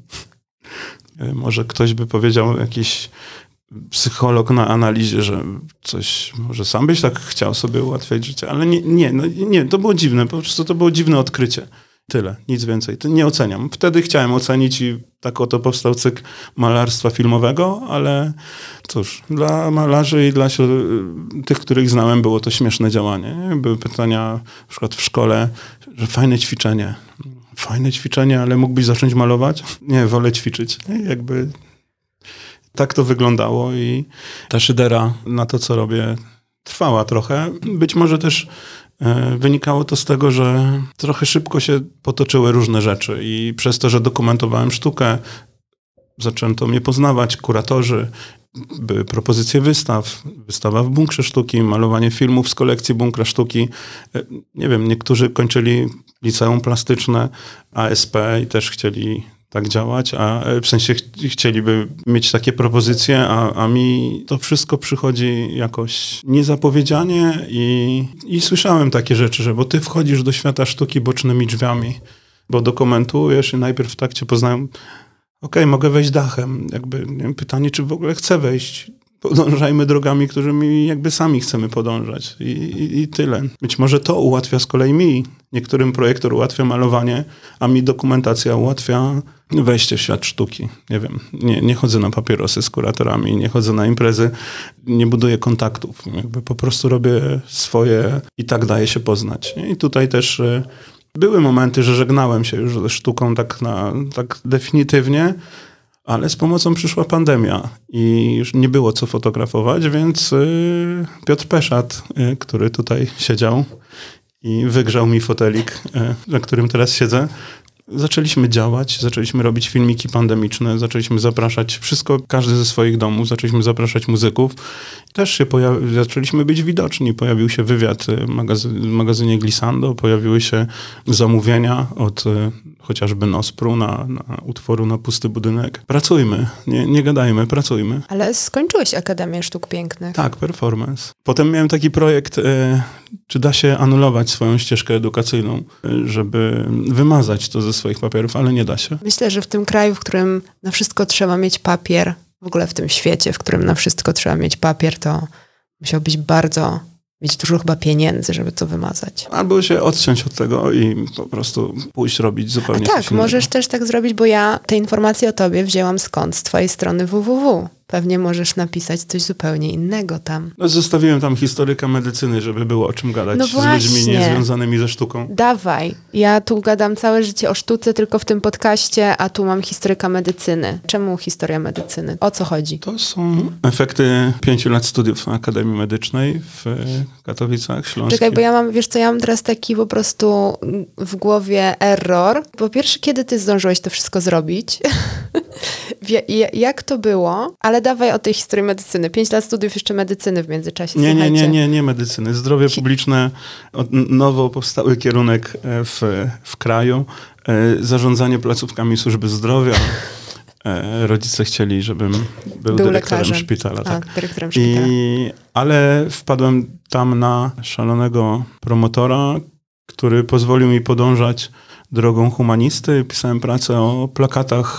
Może ktoś by powiedział, jakiś psycholog na analizie, że coś, może sam byś tak chciał sobie ułatwiać życie, ale nie, nie, no nie, to było dziwne, po prostu to było dziwne odkrycie. Tyle, nic więcej. To nie oceniam. Wtedy chciałem ocenić i tak oto powstał cykl malarstwa filmowego, ale cóż, dla malarzy i dla tych, których znałem, było to śmieszne działanie. Były pytania na przykład w szkole, że fajne ćwiczenie. Fajne ćwiczenie, ale mógłbyś zacząć malować? Nie, wolę ćwiczyć. Jakby tak to wyglądało i ta szydera na to, co robię, trwała trochę. Być może też e, wynikało to z tego, że trochę szybko się potoczyły różne rzeczy i przez to, że dokumentowałem sztukę, zaczęto mnie poznawać, kuratorzy, były propozycje wystaw, wystawa w Bunkrze Sztuki, malowanie filmów z kolekcji Bunkra Sztuki. Nie wiem, niektórzy kończyli liceum plastyczne, A S P i też chcieli tak działać, a w sensie ch- chcieliby mieć takie propozycje, a, a mi to wszystko przychodzi jakoś niezapowiedzianie i, i słyszałem takie rzeczy, że bo ty wchodzisz do świata sztuki bocznymi drzwiami, bo dokumentujesz i najpierw tak cię poznają. Okej, okay, mogę wejść dachem. Jakby, nie wiem, pytanie, czy w ogóle chcę wejść. Podążajmy drogami, którymi jakby sami chcemy podążać. I, i, I tyle. Być może to ułatwia z kolei mi. Niektórym projektor ułatwia malowanie, a mi dokumentacja ułatwia wejście w świat sztuki. Nie wiem, nie, nie chodzę na papierosy z kuratorami, nie chodzę na imprezy, nie buduję kontaktów. Jakby po prostu robię swoje i tak daje się poznać. Nie? I tutaj też y, były momenty, że żegnałem się już ze sztuką tak, na, tak definitywnie, ale z pomocą przyszła pandemia i już nie było co fotografować, więc y, Piotr Peszat, y, który tutaj siedział i wygrzał mi fotelik, y, na którym teraz siedzę, zaczęliśmy działać, zaczęliśmy robić filmiki pandemiczne, zaczęliśmy zapraszać wszystko, każdy ze swoich domów, zaczęliśmy zapraszać muzyków. Też się pojawi, zaczęliśmy być widoczni. Pojawił się wywiad w magazy- w magazynie Glissando, pojawiły się zamówienia od y, chociażby Nospru na, na utworu Na pusty budynek. Pracujmy, nie, nie gadajmy, pracujmy. Ale skończyłeś Akademię Sztuk Pięknych. Tak, performance. Potem miałem taki projekt, y, czy da się anulować swoją ścieżkę edukacyjną, y, żeby wymazać to ze swoich papierów, ale nie da się. Myślę, że w tym kraju, w którym na wszystko trzeba mieć papier, w ogóle w tym świecie, w którym na wszystko trzeba mieć papier, to musiałbyś bardzo mieć dużo chyba pieniędzy, żeby to wymazać. Albo się odciąć od tego i po prostu pójść robić zupełnie A tak, coś innego. możesz też tak zrobić, bo ja te informacje o tobie wzięłam skąd? Z twojej strony www. Pewnie możesz napisać coś zupełnie innego tam. No, zostawiłem tam historyka medycyny, żeby było o czym gadać No z ludźmi właśnie. niezwiązanymi ze sztuką. Dawaj, ja tu gadam całe życie o sztuce tylko w tym podcaście, a tu mam historyka medycyny. Czemu historia medycyny? O co chodzi? To są efekty pięciu lat studiów na Akademii Medycznej w Katowicach Śląskich. Czekaj, bo ja mam, wiesz co, ja mam teraz taki po prostu w głowie error. Po pierwsze, kiedy ty zdążyłeś to wszystko zrobić? Jak to było? Ale dawaj o tej historii medycyny. Pięć lat studiów jeszcze medycyny w międzyczasie. Nie, nie, słuchajcie. nie, nie, nie medycyny. Zdrowie publiczne, od- nowo powstały kierunek w, w kraju. E, Zarządzanie placówkami służby zdrowia. E, Rodzice chcieli, żebym był, Był dyrektorem lekarzem. szpitala. A, Tak. dyrektorem szpitala. I, ale wpadłem tam na szalonego promotora, który pozwolił mi podążać drogą humanisty. Pisałem pracę o plakatach,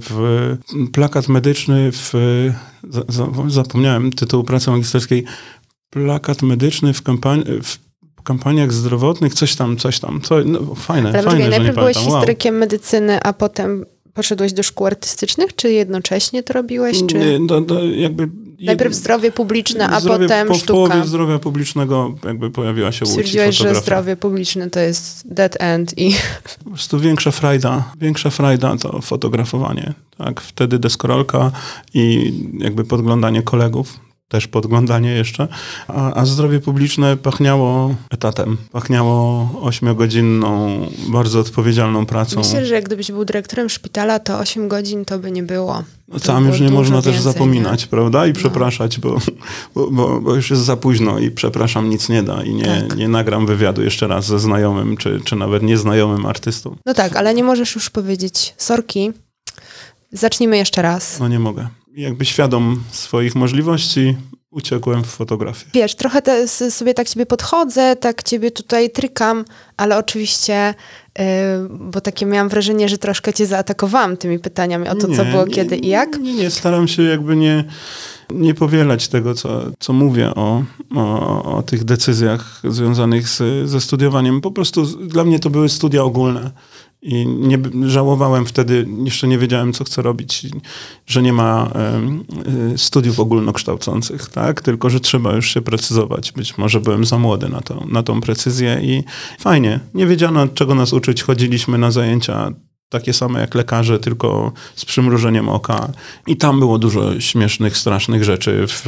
w, plakat medyczny w, za, za, zapomniałem tytułu pracy magisterskiej, plakat medyczny w, kampanii, w kampaniach zdrowotnych, coś tam, coś tam. To, no, fajne, Ale fajne, poczekaj, że nie najpierw byłeś pamiętam. Wow. historykiem medycyny, a potem poszedłeś do szkół artystycznych, czy jednocześnie to robiłeś? Czy... Nie, do, do, jakby Najpierw zdrowie publiczne, a zdrowie, potem po, w sztuka. połowie zdrowia publicznego jakby pojawiła się Łódź i Stwierdziłeś, że fotografia. zdrowie publiczne to jest dead end i... Po prostu większa frajda, większa frajda to fotografowanie. Tak? Wtedy deskorolka i jakby podglądanie kolegów, też podglądanie jeszcze, a, a zdrowie publiczne pachniało etatem, pachniało ośmiogodzinną, bardzo odpowiedzialną pracą. Myślę, że jak gdybyś był dyrektorem szpitala, to osiem godzin to by nie było. No, To tam było już nie dużo można też więcej, zapominać, nie? prawda? I No. przepraszać, bo, bo, bo, bo już jest za późno i przepraszam, nic nie da i nie, Tak. nie nagram wywiadu jeszcze raz ze znajomym, czy, czy nawet nieznajomym artystą. No tak, ale nie możesz już powiedzieć sorki. Zacznijmy jeszcze raz. No nie mogę. Jakby świadom swoich możliwości uciekłem w fotografię. Wiesz, trochę te, s- sobie tak ciebie podchodzę, tak ciebie tutaj trykam, ale oczywiście, yy, bo takie miałam wrażenie, że troszkę cię zaatakowałam tymi pytaniami o to, co Nie, było, nie, kiedy i jak. Nie, nie, staram się jakby nie, nie powielać tego, co, co mówię o, o, o tych decyzjach związanych z, ze studiowaniem. Po prostu z- dla mnie to były studia ogólne. I nie żałowałem wtedy, jeszcze nie wiedziałem, co chcę robić, że nie ma em, y, studiów ogólnokształcących, tak? Tylko że trzeba już się precyzować. Być może byłem za młody na, to, na tą precyzję i fajnie. Nie wiedziano, czego nas uczyć. Chodziliśmy na zajęcia takie same jak lekarze, tylko z przymrużeniem oka. I tam było dużo śmiesznych, strasznych rzeczy w,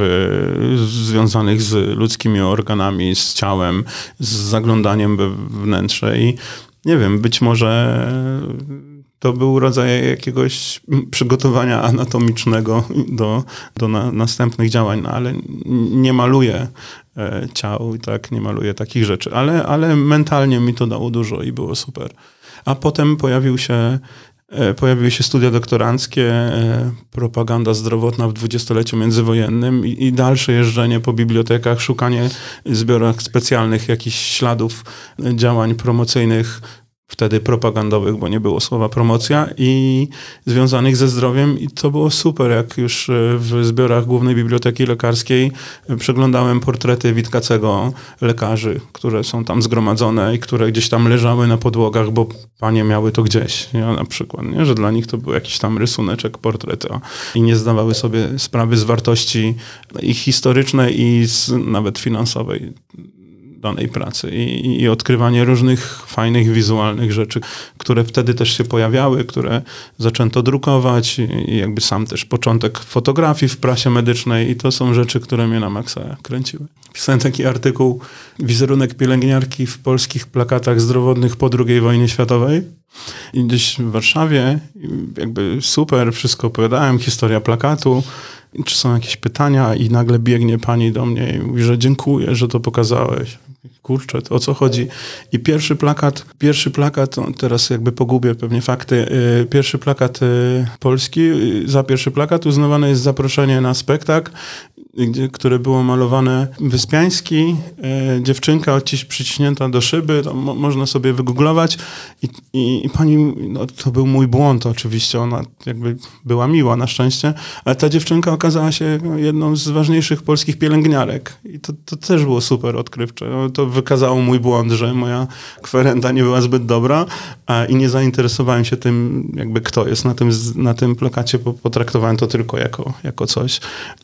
związanych z ludzkimi organami, z ciałem, z zaglądaniem we wnętrze i nie wiem, być może To był rodzaj jakiegoś przygotowania anatomicznego do, do na, następnych działań, no, ale nie maluję e, ciał i tak, nie maluję takich rzeczy, ale, ale mentalnie mi to dało dużo i było super. A potem pojawił się, e, pojawiły się studia doktoranckie, e, propaganda zdrowotna w dwudziestoleciu międzywojennym i, i dalsze jeżdżenie po bibliotekach, szukanie w zbiorach specjalnych jakichś śladów działań promocyjnych, wtedy propagandowych, bo nie było słowa promocja, i związanych ze zdrowiem, i to było super, jak już w zbiorach Głównej Biblioteki Lekarskiej przeglądałem portrety Witkacego, lekarzy, które są tam zgromadzone i które gdzieś tam leżały na podłogach, bo panie miały to gdzieś, ja, na przykład, nie? Że dla nich to był jakiś tam rysuneczek, portret, a, i nie zdawały sobie sprawy z wartości ich historycznej i z, nawet finansowej danej pracy i, i odkrywanie różnych fajnych, wizualnych rzeczy, które wtedy też się pojawiały, które zaczęto drukować i, i jakby sam też początek fotografii w prasie medycznej i to są rzeczy, które mnie na maksa kręciły. Pisałem taki artykuł Wizerunek pielęgniarki w polskich plakatach zdrowotnych po drugiej wojnie światowej i gdzieś w Warszawie jakby super, wszystko opowiadałem, historia plakatu, czy są jakieś pytania i nagle biegnie pani do mnie i mówi, że dziękuję, że to pokazałeś. Kurczę, to o co chodzi? I pierwszy plakat, pierwszy plakat, teraz jakby pogubię pewnie fakty, pierwszy plakat polski, za pierwszy plakat uznawane jest zaproszenie na spektakl, gdzie, które było malowane Wyspiański, e, dziewczynka odciś przyciśnięta do szyby, to mo, można sobie wygooglować i, i, i pani, no to był mój błąd oczywiście, ona jakby była miła na szczęście, ale ta dziewczynka okazała się jedną z ważniejszych polskich pielęgniarek i to, to też było super odkrywcze. No, to wykazało mój błąd, że moja kwerenda nie była zbyt dobra a, i nie zainteresowałem się tym, jakby kto jest na tym, na tym plakacie, bo potraktowałem to tylko jako, jako coś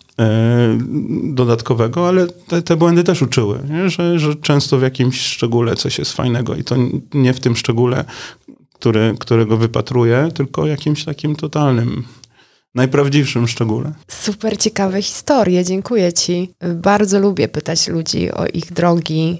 dodatkowego, ale te, te błędy też uczyły, nie? Że, że często w jakimś szczególe coś jest fajnego i to nie w tym szczególe, który, którego wypatruję, tylko jakimś takim totalnym, najprawdziwszym szczególe. Super ciekawe historie, dziękuję ci. Bardzo lubię pytać ludzi o ich drogi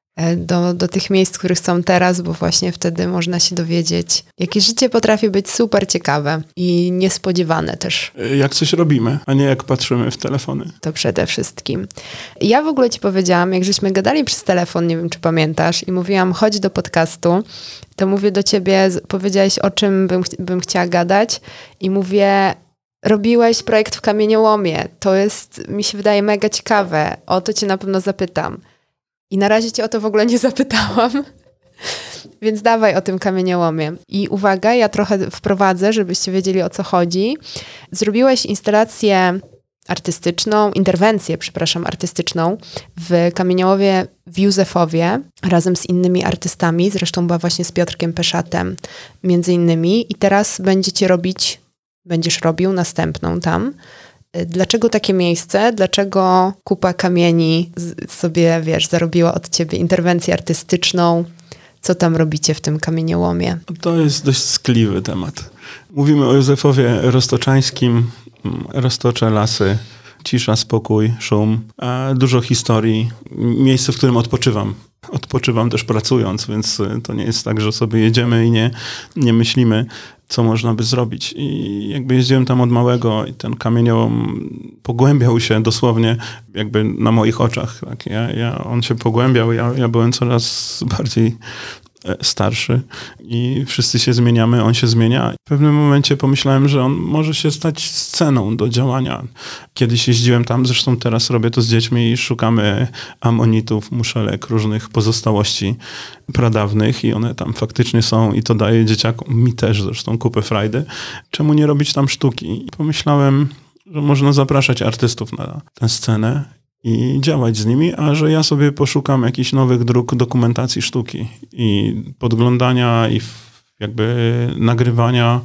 do, do tych miejsc, w których są teraz, bo właśnie wtedy można się dowiedzieć, jakie życie potrafi być super ciekawe i niespodziewane też. Jak coś robimy, a nie jak patrzymy w telefony. To przede wszystkim. Ja w ogóle ci powiedziałam, jak żeśmy gadali przez telefon, nie wiem czy pamiętasz, i mówiłam, chodź do podcastu, to mówię do ciebie, powiedziałeś, o czym bym, bym chciała gadać i mówię, robiłeś projekt w kamieniołomie, to jest, mi się wydaje, mega ciekawe, o to cię na pewno zapytam. I na razie cię o to w ogóle nie zapytałam, więc dawaj o tym kamieniołomie. I uwaga, ja trochę wprowadzę, żebyście wiedzieli, o co chodzi. Zrobiłeś instalację artystyczną, interwencję, przepraszam, artystyczną w kamieniołowie w Józefowie razem z innymi artystami, zresztą była właśnie z Piotrkiem Peszatem między innymi i teraz będziecie robić, będziesz robił następną tam. Dlaczego takie miejsce? Dlaczego kupa kamieni sobie, wiesz, zarobiła od ciebie interwencję artystyczną? Co tam robicie w tym kamieniołomie? To jest dość skliwy temat. Mówimy o Józefowie Roztoczańskim, Roztocze, lasy, cisza, spokój, szum, dużo historii, miejsce, w którym odpoczywam. Odpoczywam też pracując, więc to nie jest tak, że sobie jedziemy i nie, nie myślimy, co można by zrobić. I jakby jeździłem tam od małego i ten kamieniołom pogłębiał się dosłownie jakby na moich oczach. Tak? Ja, ja, on się pogłębiał, ja, ja byłem coraz bardziej starszy i wszyscy się zmieniamy, on się zmienia. W pewnym momencie pomyślałem, że on może się stać sceną do działania. Kiedyś jeździłem tam, zresztą teraz robię to z dziećmi i szukamy amonitów, muszelek, różnych pozostałości pradawnych i one tam faktycznie są i to daje dzieciakom, mi też zresztą, kupę frajdy. Czemu nie robić tam sztuki? I pomyślałem, że można zapraszać artystów na tę scenę i działać z nimi, a że ja sobie poszukam jakichś nowych dróg dokumentacji sztuki i podglądania i jakby nagrywania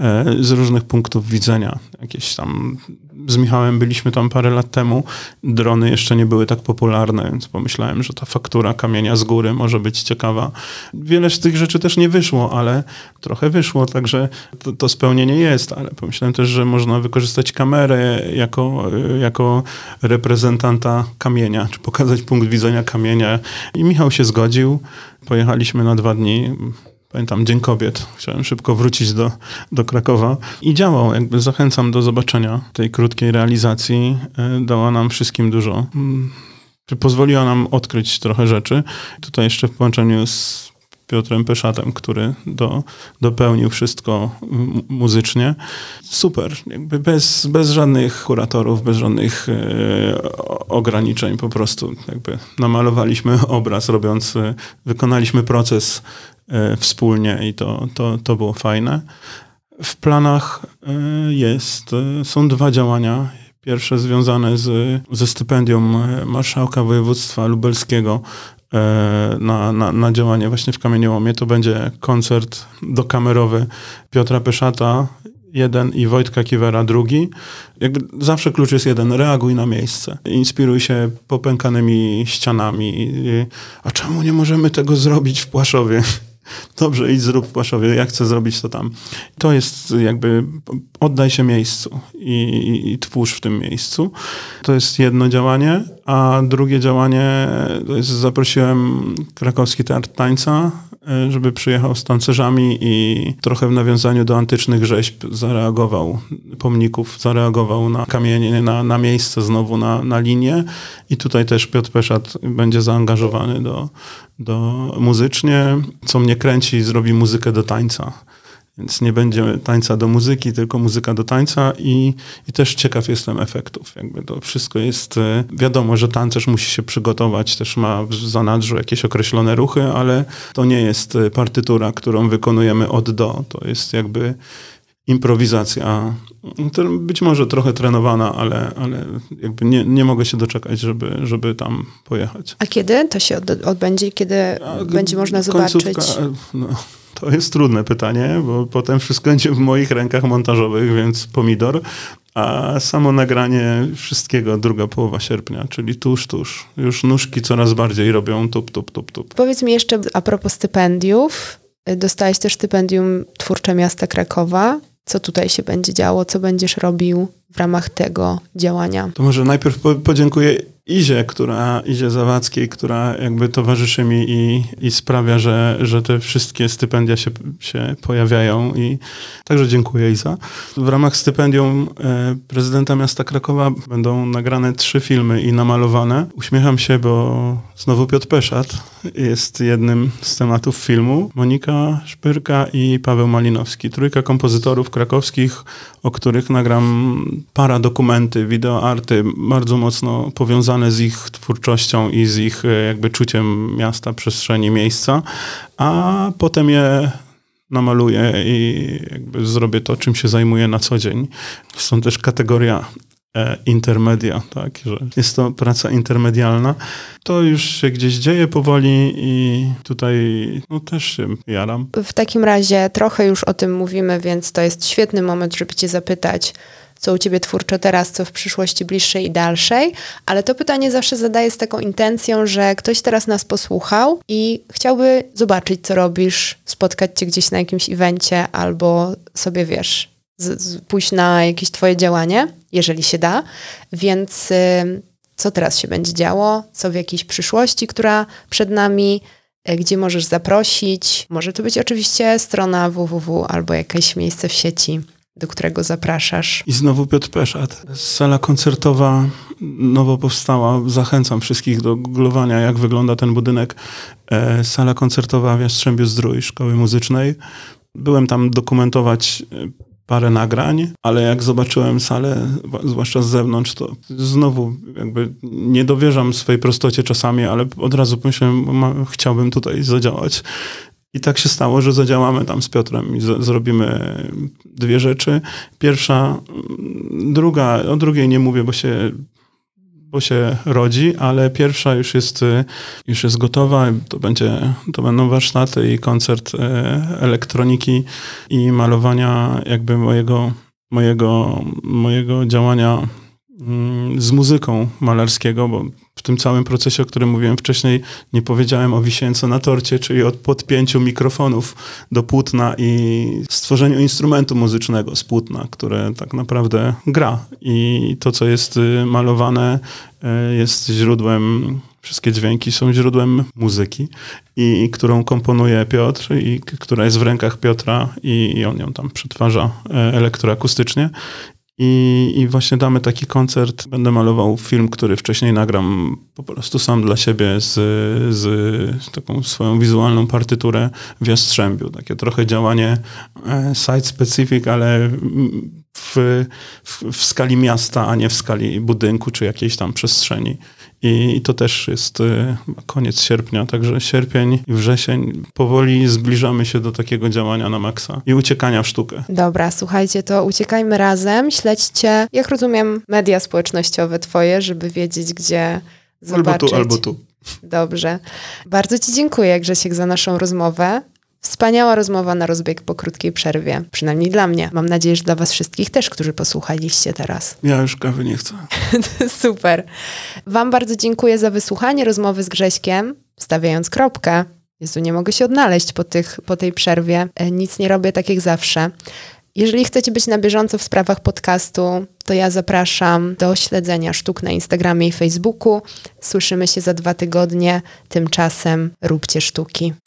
z różnych punktów widzenia. Jakieś tam, z Michałem byliśmy tam parę lat temu, drony jeszcze nie były tak popularne, więc pomyślałem, że ta faktura kamienia z góry może być ciekawa. Wiele z tych rzeczy też nie wyszło, ale trochę wyszło, także to, to spełnienie jest, ale pomyślałem też, że można wykorzystać kamerę jako, jako reprezentanta kamienia, czy pokazać punkt widzenia kamienia. I Michał się zgodził, pojechaliśmy na dwa dni, Pamiętam Dzień Kobiet. Chciałem szybko wrócić do, do Krakowa. I działał. Jakby zachęcam do zobaczenia tej krótkiej realizacji. Dała nam wszystkim dużo. Pozwoliła nam odkryć trochę rzeczy. Tutaj jeszcze w połączeniu z Piotrem Peszatem, który do, dopełnił wszystko m- muzycznie. Super. Jakby bez, bez żadnych kuratorów, bez żadnych e, ograniczeń. Po prostu jakby namalowaliśmy obraz, robiąc, e, wykonaliśmy proces e, wspólnie i to, to, to było fajne. W planach e, jest, e, są dwa działania. Pierwsze związane z, ze stypendium marszałka województwa lubelskiego Na, na, na działanie właśnie w Kamieniołomie. To będzie koncert dokamerowy Piotra Peszata, jeden i Wojtka Kiwera, drugi. Jakby zawsze klucz jest jeden, reaguj na miejsce. Inspiruj się popękanymi ścianami. A czemu nie możemy tego zrobić w Płaszowie? Dobrze, idź zrób w Płaszowie, jak chcę zrobić to tam. To jest jakby, oddaj się miejscu i, i, i twórz w tym miejscu. To jest jedno działanie, a drugie działanie to jest, zaprosiłem Krakowski Teatr Tańca, żeby przyjechał z tancerzami i trochę w nawiązaniu do antycznych rzeźb zareagował, pomników, zareagował na kamienie, na, na miejsce znowu, na, na linię. I tutaj też Piotr Peszat będzie zaangażowany do, do muzycznie, co mnie kręci, zrobi muzykę do tańca. Więc nie będzie tańca do muzyki, tylko muzyka do tańca i, i też ciekaw jestem efektów. Jakby to wszystko jest, wiadomo, że tancerz musi się przygotować, też ma w zanadrzu jakieś określone ruchy, ale to nie jest partytura, którą wykonujemy od do. To jest jakby improwizacja, być może trochę trenowana, ale, ale jakby nie, nie mogę się doczekać, żeby, żeby tam pojechać. A kiedy to się od, odbędzie? Kiedy A, będzie można zobaczyć? No, to jest trudne pytanie, bo potem wszystko będzie w moich rękach montażowych, więc pomidor. A samo nagranie wszystkiego druga połowa sierpnia, czyli tuż, tuż. Już nóżki coraz bardziej robią tup, tup, tup, tup. Powiedz mi jeszcze a propos stypendiów. Dostałeś też stypendium Twórcze Miasta Krakowa. Co tutaj się będzie działo? Co będziesz robił w ramach tego działania? To może najpierw po- podziękuję Izie, która, Izie Zawadzkiej, która jakby towarzyszy mi i, i sprawia, że, że te wszystkie stypendia się, się pojawiają i także dziękuję, Iza. W ramach stypendium e, prezydenta miasta Krakowa będą nagrane trzy filmy i namalowane. Uśmiecham się, bo znowu Piotr Peszat jest jednym z tematów filmu. Monika Szpyrka i Paweł Malinowski. Trójka kompozytorów krakowskich, o których nagram paradokumenty, wideoarty, bardzo mocno powiązane z ich twórczością i z ich jakby czuciem miasta, przestrzeni, miejsca, a potem je namaluję i jakby zrobię to, czym się zajmuję na co dzień. Są też kategoria e, intermedia, tak, że jest to praca intermedialna. To już się gdzieś dzieje powoli i tutaj no, też się jaram. W takim razie trochę już o tym mówimy, więc to jest świetny moment, żeby cię zapytać, co u ciebie twórczo teraz, co w przyszłości bliższej i dalszej, ale to pytanie zawsze zadaję z taką intencją, że ktoś teraz nas posłuchał i chciałby zobaczyć, co robisz, spotkać cię gdzieś na jakimś evencie albo sobie, wiesz, z, z, pójść na jakieś twoje działanie, jeżeli się da, więc y, co teraz się będzie działo, co w jakiejś przyszłości, która przed nami, y, gdzie możesz zaprosić, może to być oczywiście strona www albo jakieś miejsce w sieci, do którego zapraszasz. I znowu Piotr Peszat. Sala koncertowa nowo powstała. Zachęcam wszystkich do googlowania, jak wygląda ten budynek. E, sala koncertowa w Jastrzębiu Zdrój Szkoły Muzycznej. Byłem tam dokumentować parę nagrań, ale jak zobaczyłem salę, zwłaszcza z zewnątrz, to znowu jakby nie dowierzam swojej prostocie czasami, ale od razu pomyślałem, ma, chciałbym tutaj zadziałać. I tak się stało, że zadziałamy tam z Piotrem i z, zrobimy dwie rzeczy. Pierwsza, druga, o drugiej nie mówię, bo się, bo się rodzi, ale pierwsza już jest, już jest gotowa. To, będzie, to będą warsztaty i koncert elektroniki i malowania jakby mojego, mojego, mojego działania z muzyką malarskiego, bo w tym całym procesie, o którym mówiłem wcześniej, nie powiedziałem o wisience na torcie, czyli o podpięciu mikrofonów do płótna i stworzeniu instrumentu muzycznego z płótna, które tak naprawdę gra. I to, co jest malowane, jest źródłem wszystkie dźwięki są źródłem muzyki, i, i którą komponuje Piotr, i k- która jest w rękach Piotra, i, i on ją tam przetwarza e, elektroakustycznie. I, I właśnie damy taki koncert. Będę malował film, który wcześniej nagram po prostu sam dla siebie z, z taką swoją wizualną partyturę w Jastrzębiu. Takie trochę działanie e, site-specific, ale w, w, w skali miasta, a nie w skali budynku czy jakiejś tam przestrzeni. I, i to też jest e, koniec sierpnia, także sierpień i wrzesień. Powoli zbliżamy się do takiego działania na maksa i uciekania w sztukę. Dobra, słuchajcie, to uciekajmy razem, śledźcie, jak rozumiem, media społecznościowe twoje, żeby wiedzieć, gdzie zobaczyć. Albo tu, albo tu. Dobrze. Bardzo ci dziękuję, Grzesiek, za naszą rozmowę. Wspaniała rozmowa na rozbieg po krótkiej przerwie. Przynajmniej dla mnie. Mam nadzieję, że dla was wszystkich też, którzy posłuchaliście teraz. Ja już kawy nie chcę. Super. Wam bardzo dziękuję za wysłuchanie rozmowy z Grześkiem, stawiając kropkę. Jezu, nie mogę się odnaleźć po, tych, po tej przerwie. E, Nic nie robię tak jak zawsze. Jeżeli chcecie być na bieżąco w sprawach podcastu, to ja zapraszam do śledzenia sztuk na Instagramie i Facebooku. Słyszymy się za dwa tygodnie. Tymczasem róbcie sztuki.